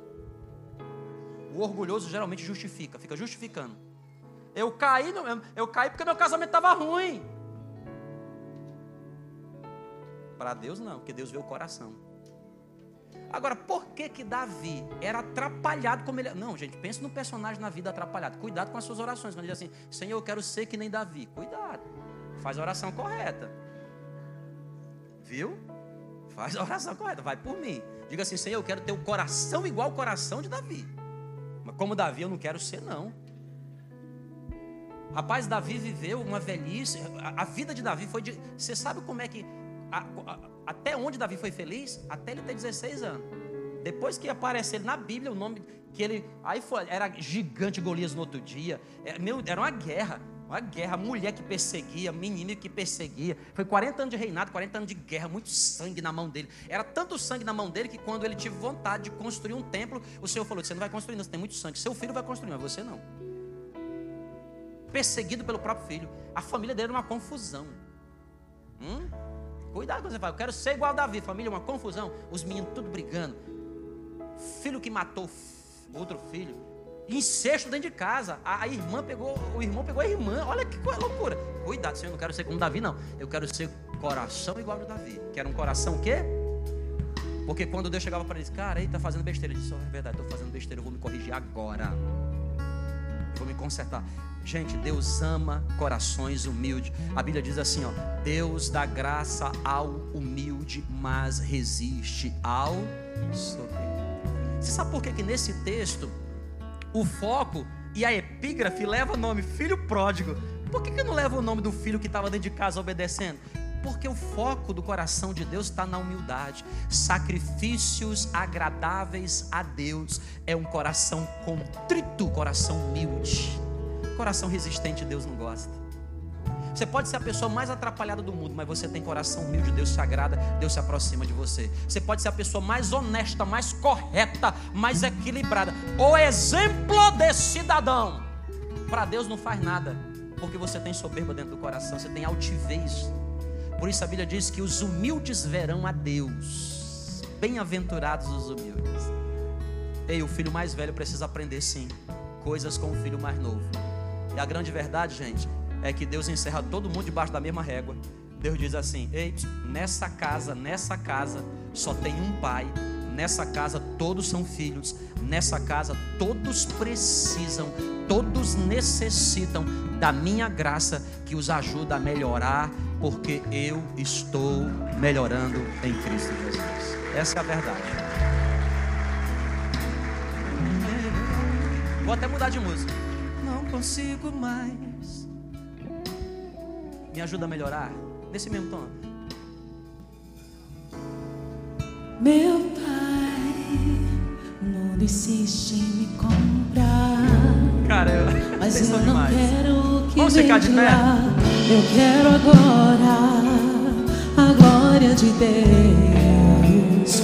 O orgulhoso geralmente justifica, fica justificando. Eu caí porque meu casamento estava ruim. Para Deus não, porque Deus vê o coração. Agora, por que Davi era atrapalhado como ele... Não, gente, pense no personagem na vida atrapalhado. Cuidado com as suas orações. Quando ele diz assim, Senhor, eu quero ser que nem Davi. Cuidado, faz a oração correta. Viu? Faz a oração correta, vai por mim. Diga assim, Senhor, eu quero ter o coração igual ao coração de Davi. Mas como Davi eu não quero ser, não. Rapaz, Davi viveu uma velhice. A vida de Davi foi de... Você sabe como é que... Até onde Davi foi feliz? Até ele ter 16 anos. Depois que apareceu na Bíblia o nome que ele... Aí foi, era gigante Golias no outro dia. Era uma guerra. Uma guerra, mulher que perseguia, menino que perseguia. Foi 40 anos de reinado, 40 anos de guerra, muito sangue na mão dele. Era tanto sangue na mão dele que quando ele teve vontade de construir um templo, o Senhor falou, você não vai construir não, você tem muito sangue. Seu filho vai construir, mas você não. Perseguido pelo próprio filho. A família dele era uma confusão. Cuidado quando você fala, eu quero ser igual a Davi. Família, uma confusão. Os meninos tudo brigando. Filho que matou outro filho. Incesto dentro de casa. O irmão pegou a irmã. Olha que loucura. Cuidado, Senhor, eu não quero ser como Davi, não. Eu quero ser coração igual ao Davi. Quero um coração o quê? Porque quando Deus chegava para ele, cara, ele está fazendo besteira. Ele disse, é verdade, estou fazendo besteira, eu vou me corrigir agora. Eu vou me consertar. Gente, Deus ama corações humildes. A Bíblia diz assim, ó, Deus dá graça ao humilde, mas resiste ao soberbo. Você sabe por que nesse texto o foco e a epígrafe leva o nome filho pródigo? Por que não leva o nome do filho que estava dentro de casa obedecendo? Porque o foco do coração de Deus está na humildade. Sacrifícios agradáveis a Deus é um coração contrito, coração humilde. Coração resistente Deus não gosta. Você pode ser a pessoa mais atrapalhada do mundo, mas você tem coração humilde, Deus se agrada, Deus se aproxima de você. Você pode ser a pessoa mais honesta, mais correta, mais equilibrada, o exemplo de cidadão. Para Deus não faz nada, porque você tem soberba dentro do coração, você tem altivez. Por isso a Bíblia diz que os humildes verão a Deus. Bem-aventurados os humildes. Ei, o filho mais velho precisa aprender sim coisas com o filho mais novo. E a grande verdade, gente, é que Deus encerra todo mundo debaixo da mesma régua. Deus diz assim, ei, nessa casa só tem um pai. Nessa casa todos são filhos. Nessa casa todos precisam, todos necessitam da minha graça que os ajuda a melhorar, porque eu estou melhorando em Cristo Jesus. Essa é a verdade. Vou até mudar de música. Não consigo mais. Me ajuda a melhorar. Nesse mesmo tom. Meu pai, o mundo insiste em me comprar. Cara, mas eu não demais. Quero que vamos ficar de pé? Eu quero agora a glória de Deus.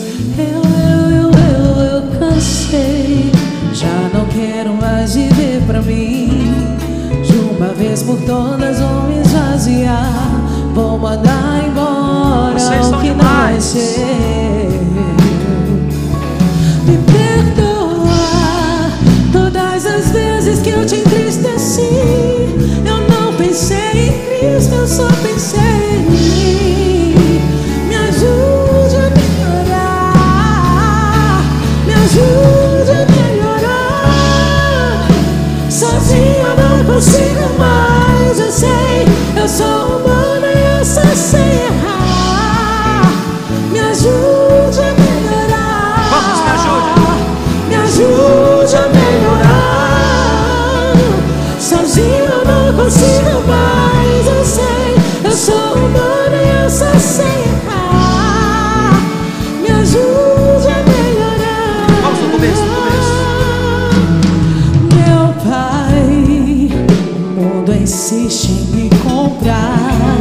Eu cansei. Já não quero mais viver pra mim. De uma vez por todas vou me esvaziar. Vou mandar embora o que não é seu. Me perdoa todas as vezes que eu te entristeci. Eu não pensei em Cristo, eu só pensei em mim. Me ajude a melhorar. Me ajude a melhorar. Sozinho eu não consigo mais. Eu sei, eu sou humana e eu só sei errar. Me ajude a melhorar. Vamos, me ajude. Me ajude a melhorar. Sozinho eu não consigo mais. Eu sei, eu sou humana e eu só sei errar. Me ajude a melhorar. Vamos no começo, Meu pai, o mundo insiste em me comprar.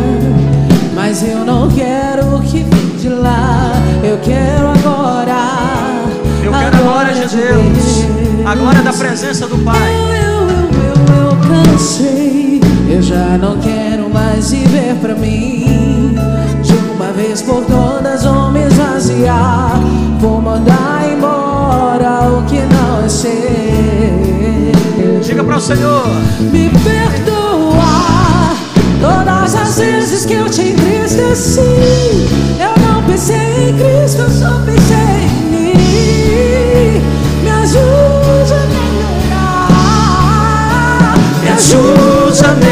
glória da presença do Pai. Eu cansei, eu já não quero mais viver pra mim. De uma vez por todas vou me esvaziar. Vou mandar embora o que não é seu. Diga para o Senhor: me perdoa todas as vezes que eu te entristeci. Eu não pensei em Cristo, eu só pensei em mim. Me ajude a melhorar. Me ajude a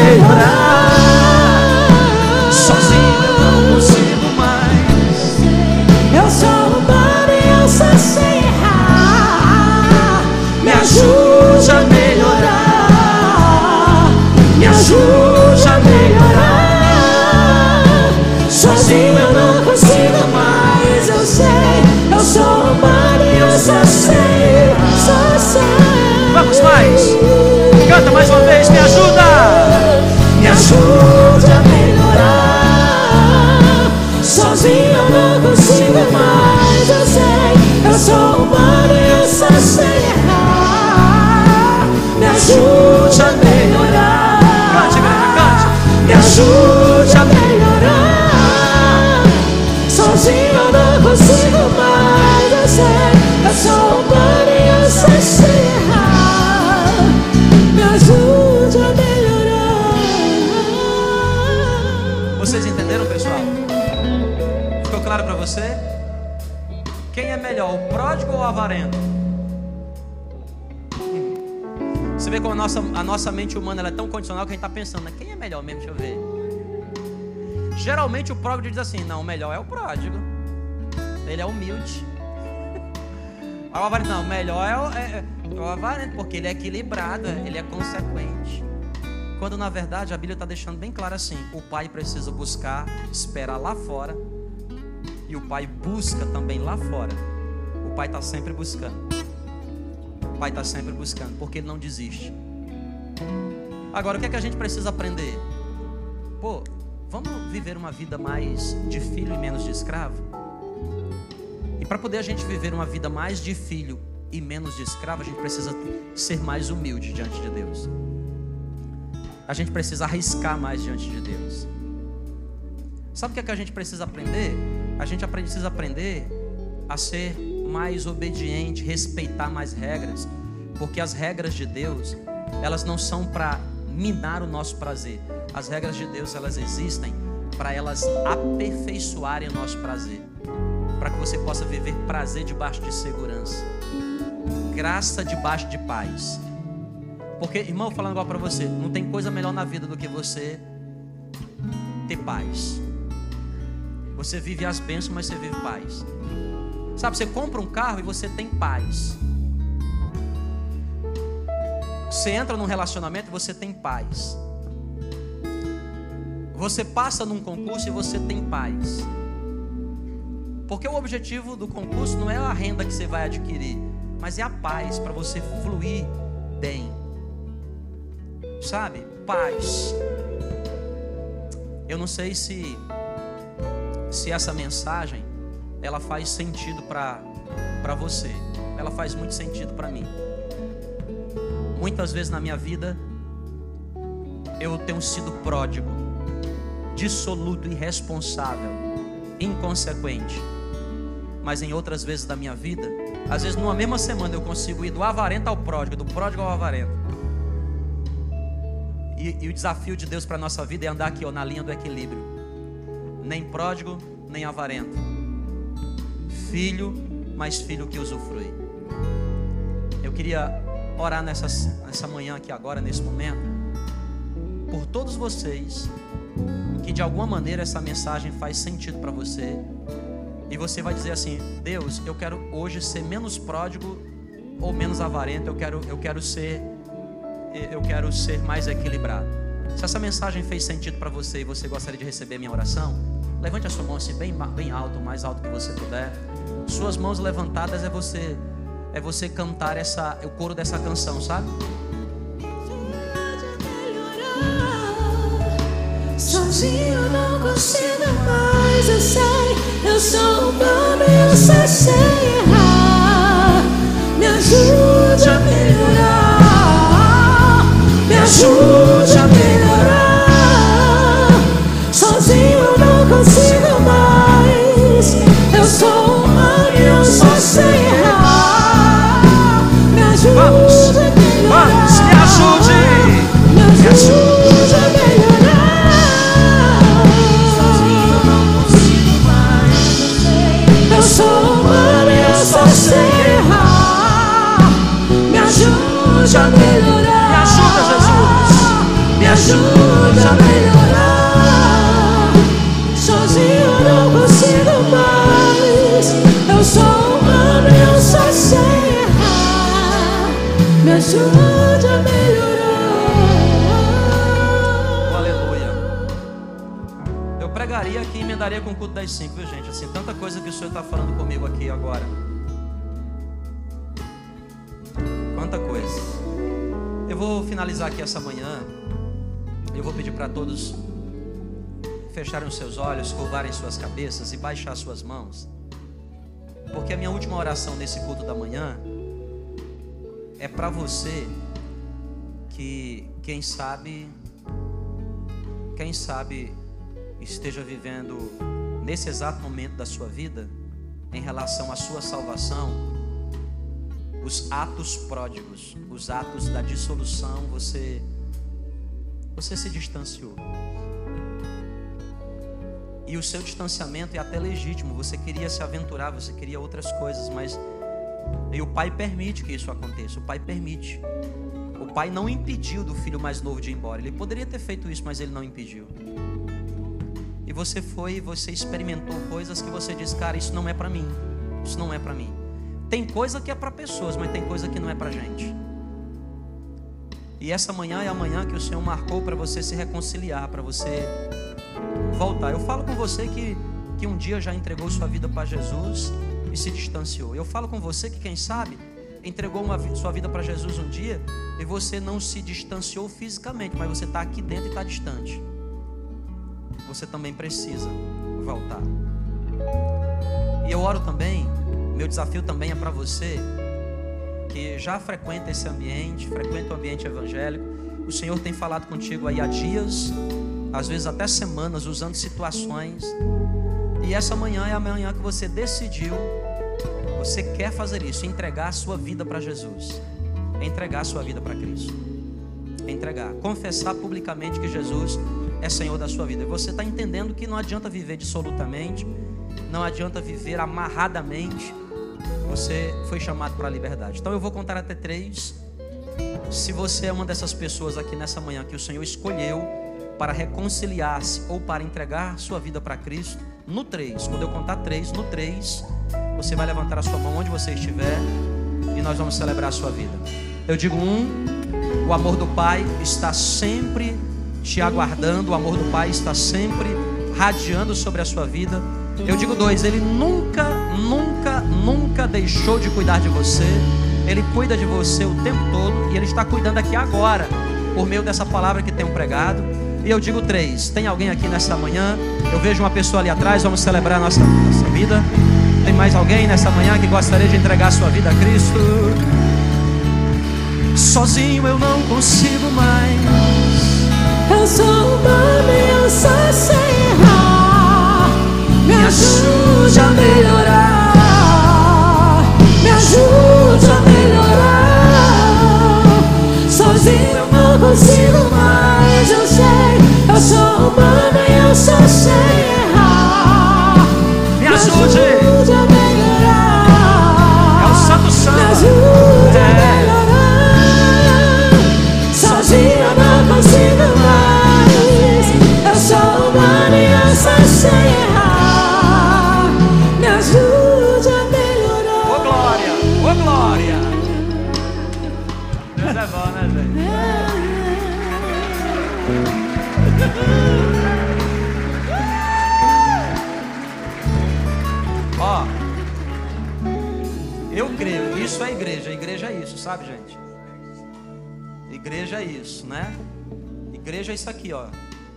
melhorar. sozinho eu não consigo mais. Eu sou humano e eu só sei errar. Me ajude a melhorar. Me ajude a melhorar. Sozinho eu não consigo mais. Eu sei, eu sou humano e eu só sei, só sei. Vamos mais. Canta mais uma vez. Me ajuda. Me ajude a melhorar. Sozinho eu não consigo mais. Eu sei, eu sou humano e eu só sei errar. Me ajude a melhorar. Cante, igreja, cante. Me ajude a melhorar. Sozinho eu não consigo mais. Eu sei, eu sou humano e eu só sei errar. Me ajude a melhorar. Vocês entenderam, pessoal? Ficou claro para você? Quem é melhor, o pródigo ou o avarento? Você vê como a nossa mente humana ela é tão condicional que a gente está pensando, né? Quem é melhor mesmo? Deixa eu ver. Geralmente o pródigo diz assim: não, o melhor é o pródigo. Ele é humilde. O avarento, não, o melhor é o avarento, porque ele é equilibrado, ele é consequente. Quando na verdade a Bíblia está deixando bem claro assim: o pai precisa buscar, esperar lá fora. E o pai busca também lá fora. O pai está sempre buscando. O pai está sempre buscando, porque ele não desiste. Agora, o que é que a gente precisa aprender? Pô, vamos viver uma vida mais de filho e menos de escravo? E para poder a gente viver uma vida mais de filho e menos de escravo, a gente precisa ser mais humilde diante de Deus. A gente precisa arriscar mais diante de Deus. Sabe o que é que a gente precisa aprender? A gente precisa aprender a ser mais obediente, respeitar mais regras, porque as regras de Deus, elas não são para minar o nosso prazer. As regras de Deus, elas existem para elas aperfeiçoarem o nosso prazer, para que você possa viver prazer debaixo de segurança, graça debaixo de paz. Porque, irmão, eu falando igual para você, não tem coisa melhor na vida do que você ter paz. Você vive as bênçãos, mas você vive paz. Sabe, você compra um carro e você tem paz. Você entra num relacionamento e você tem paz. Você passa num concurso e você tem paz. Porque o objetivo do concurso não é a renda que você vai adquirir, mas é a paz para você fluir bem. Sabe? Paz. Eu não sei se essa mensagem ela faz sentido para você. Ela faz muito sentido para mim. Muitas vezes na minha vida eu tenho sido pródigo, dissoluto, irresponsável, inconsequente. Mas em outras vezes da minha vida, às vezes numa mesma semana eu consigo ir do avarento ao pródigo, do pródigo ao avarento. E o desafio de Deus para a nossa vida é andar aqui, ó, na linha do equilíbrio. Nem pródigo, nem avarento. Filho, mas filho que usufrui. Eu queria orar nessa manhã aqui agora, nesse momento, por todos vocês que de alguma maneira essa mensagem faz sentido para você. E você vai dizer assim: Deus, eu quero hoje ser menos pródigo ou menos avarento. Eu quero ser mais equilibrado. Se essa mensagem fez sentido para você e você gostaria de receber minha oração, levante a sua mão assim bem alto, o mais alto que você puder. Suas mãos levantadas é você cantar o coro dessa canção, sabe? Sozinho eu não consigo mais. Eu sei, eu sou humano e eu só sei errar. Me ajude a melhorar. ajude a melhorar. Sozinho eu não consigo mais. Eu sou humano e eu só sei errar. Me ajude a melhorar. Vamos, me ajude. Me ajude a melhorar. Sozinho eu não consigo mais. Eu sou humano e eu só sei errar. Me ajude a melhorar. Me ajuda, Jesus. Me ajude a melhorar. Sozinho eu não consigo mais. Eu sou humano e eu só sei errar. Me ajude a melhorar. Aleluia. Eu pregaria aqui e emendaria com o culto das 5, viu, gente? Assim, tanta coisa que o Senhor está falando comigo aqui agora. Quanta coisa. Eu vou finalizar aqui essa manhã. Eu vou pedir para todos fecharem os seus olhos, curvarem suas cabeças e baixar suas mãos. Porque a minha última oração nesse culto da manhã é para você que, quem sabe esteja vivendo nesse exato momento da sua vida, em relação à sua salvação, os atos pródigos, os atos da dissolução, você se distanciou. E o seu distanciamento é até legítimo. Você queria se aventurar, você queria outras coisas, mas e o Pai permite que isso aconteça. O Pai permite. O Pai não impediu do filho mais novo de ir embora. Ele poderia ter feito isso, mas Ele não impediu. E você foi, você experimentou coisas que você diz, cara, isso não é para mim. Isso não é para mim. Tem coisa que é para pessoas, mas tem coisa que não é para gente. E essa manhã é a manhã que o Senhor marcou para você se reconciliar, para você voltar. Eu falo com você que um dia já entregou sua vida para Jesus e se distanciou. Eu falo com você que, quem sabe, entregou sua vida para Jesus um dia e você não se distanciou fisicamente, mas você está aqui dentro e está distante. Você também precisa voltar. E eu oro também, meu desafio também é para você que já frequenta esse ambiente, frequenta o ambiente evangélico. O Senhor tem falado contigo aí há dias, às vezes até semanas, usando situações. E essa manhã é a manhã que você decidiu, você quer fazer isso, entregar a sua vida para Jesus, entregar a sua vida para Cristo, entregar, confessar publicamente que Jesus é Senhor da sua vida. E você está entendendo que não adianta viver dissolutamente, não adianta viver amarradamente. Você foi chamado para a liberdade. Então eu vou contar até 3. Se você é uma dessas pessoas aqui nessa manhã que o Senhor escolheu para reconciliar-se ou para entregar sua vida para Cristo, no 3, quando eu contar 3, no 3, você vai levantar a sua mão onde você estiver e nós vamos celebrar a sua vida. Eu digo 1, o amor do Pai está sempre te aguardando, o amor do Pai está sempre radiando sobre a sua vida. Eu digo 2, Ele nunca deixou de cuidar de você. Ele cuida de você o tempo todo e Ele está cuidando aqui agora, por meio dessa palavra que tenho pregado. E eu digo 3, tem alguém aqui nessa manhã? Eu vejo uma pessoa ali atrás, vamos celebrar a nossa vida. Tem mais alguém nessa manhã que gostaria de entregar a sua vida a Cristo? Sozinho eu não consigo mais. Eu sou humano e eu só sei errar. Me ajude a melhorar. Me ajude a melhorar. Sozinho eu não consigo mais. Eu sei, eu sou humano e eu só sei errar. Me ajude a melhorar. É o Santo Santo. Me ajude a melhorar. Sozinho eu não consigo mais. Eu sou humano e eu só sei errar. Me ajude a melhorar. Ô glória, ô glória. Deus é bom, né, gente? Ó, eu creio, isso é igreja. A igreja é isso, sabe, gente? Igreja é isso, né? Igreja é isso aqui, ó.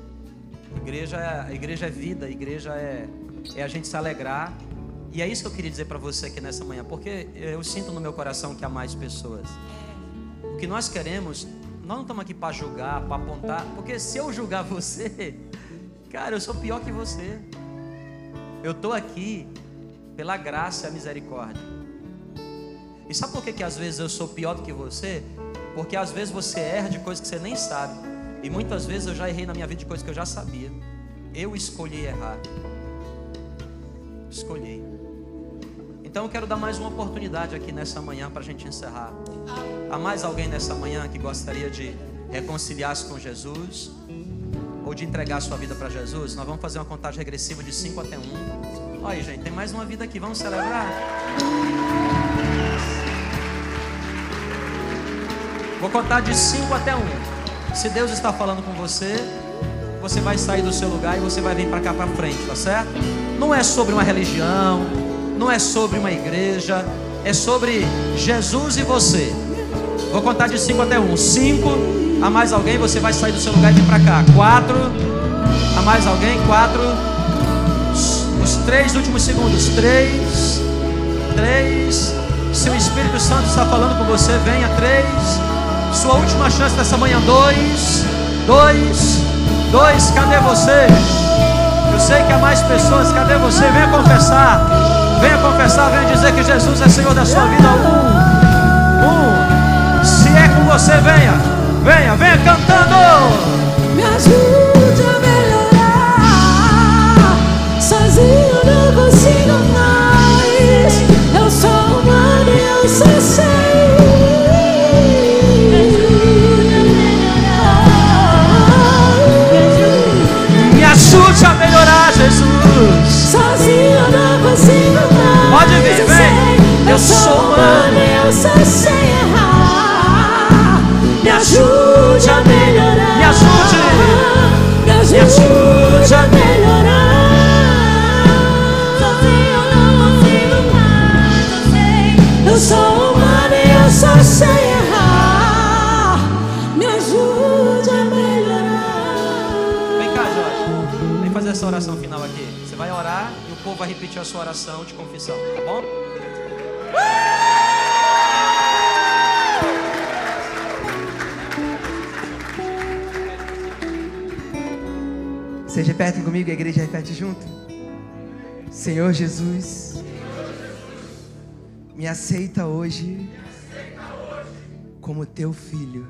A igreja é vida, a igreja é a gente se alegrar. E é isso que eu queria dizer para você aqui nessa manhã, porque eu sinto no meu coração que há mais pessoas. O que nós queremos Nós não estamos aqui para julgar, para apontar, porque se eu julgar você, cara, eu sou pior que você. Eu estou aqui pela graça e a misericórdia. E sabe por que às vezes eu sou pior do que você? Porque às vezes você erra de coisas que você nem sabe. E muitas vezes eu já errei na minha vida de coisas que eu já sabia. Eu escolhi errar. Escolhi. Então eu quero dar mais uma oportunidade aqui nessa manhã para a gente encerrar. Há mais alguém nessa manhã que gostaria de reconciliar-se com Jesus? Ou de entregar a sua vida para Jesus? Nós vamos fazer uma contagem regressiva de 5 até 1. Olha aí, gente, tem mais uma vida aqui. Vamos celebrar? Vou contar de 5 até 1. Se Deus está falando com você, você vai sair do seu lugar e você vai vir para cá para frente, tá certo? Não é sobre uma religião, não é sobre uma igreja, é sobre Jesus e você. Vou contar de 5 até 1. 5, a mais alguém, você vai sair do seu lugar e vir para cá. 4, a mais alguém, 4. Os 3 últimos segundos. 3. Se o Espírito Santo está falando com você, venha. 3. Sua última chance dessa manhã. 2. Cadê você? Eu sei que há mais pessoas. Cadê você? Venha confessar. Venha dizer que Jesus é Senhor da sua vida. 1. Se é com você, venha cantando. Me ajude a melhorar. Sozinho não consigo mais. Eu sou humano e eu só sei. Me ajude a melhorar, Jesus. Sozinho eu não consigo mais. Pode vir, vem. Eu sou humano e eu só sei errar. Me ajude a melhorar. Me ajude a melhorar. Sozinho eu não consigo mais. Eu sou humano e eu só sei errar. Me ajude a melhorar. Vem cá, Jorge. Vem fazer essa oração final aqui. Você vai orar e o povo vai repetir a sua oração de confissão, tá bom? Vocês repetem comigo, a igreja repete junto. Senhor Jesus, me aceita hoje como teu filho.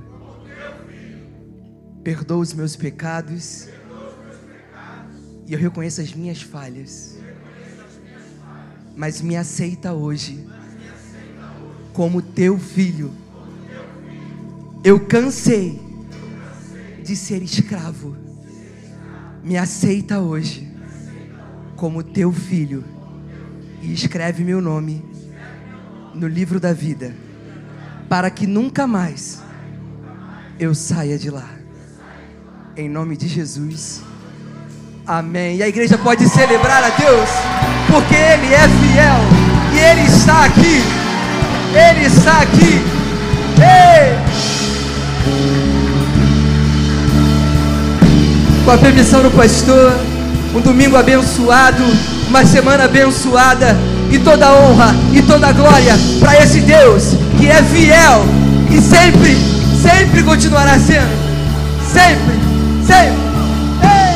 Perdoa os meus pecados e eu reconheço as minhas falhas. Mas me aceita hoje como teu filho. Eu cansei de ser escravo. Me aceita hoje como teu filho e escreve meu nome no livro da vida, para que nunca mais eu saia de lá. Em nome de Jesus, amém. E a igreja pode celebrar a Deus, porque Ele é fiel e Ele está aqui. Ele está aqui. Ei! Com a permissão do pastor, um domingo abençoado, uma semana abençoada, e toda a honra e toda a glória para esse Deus que é fiel e sempre continuará sendo. Sempre. Ei!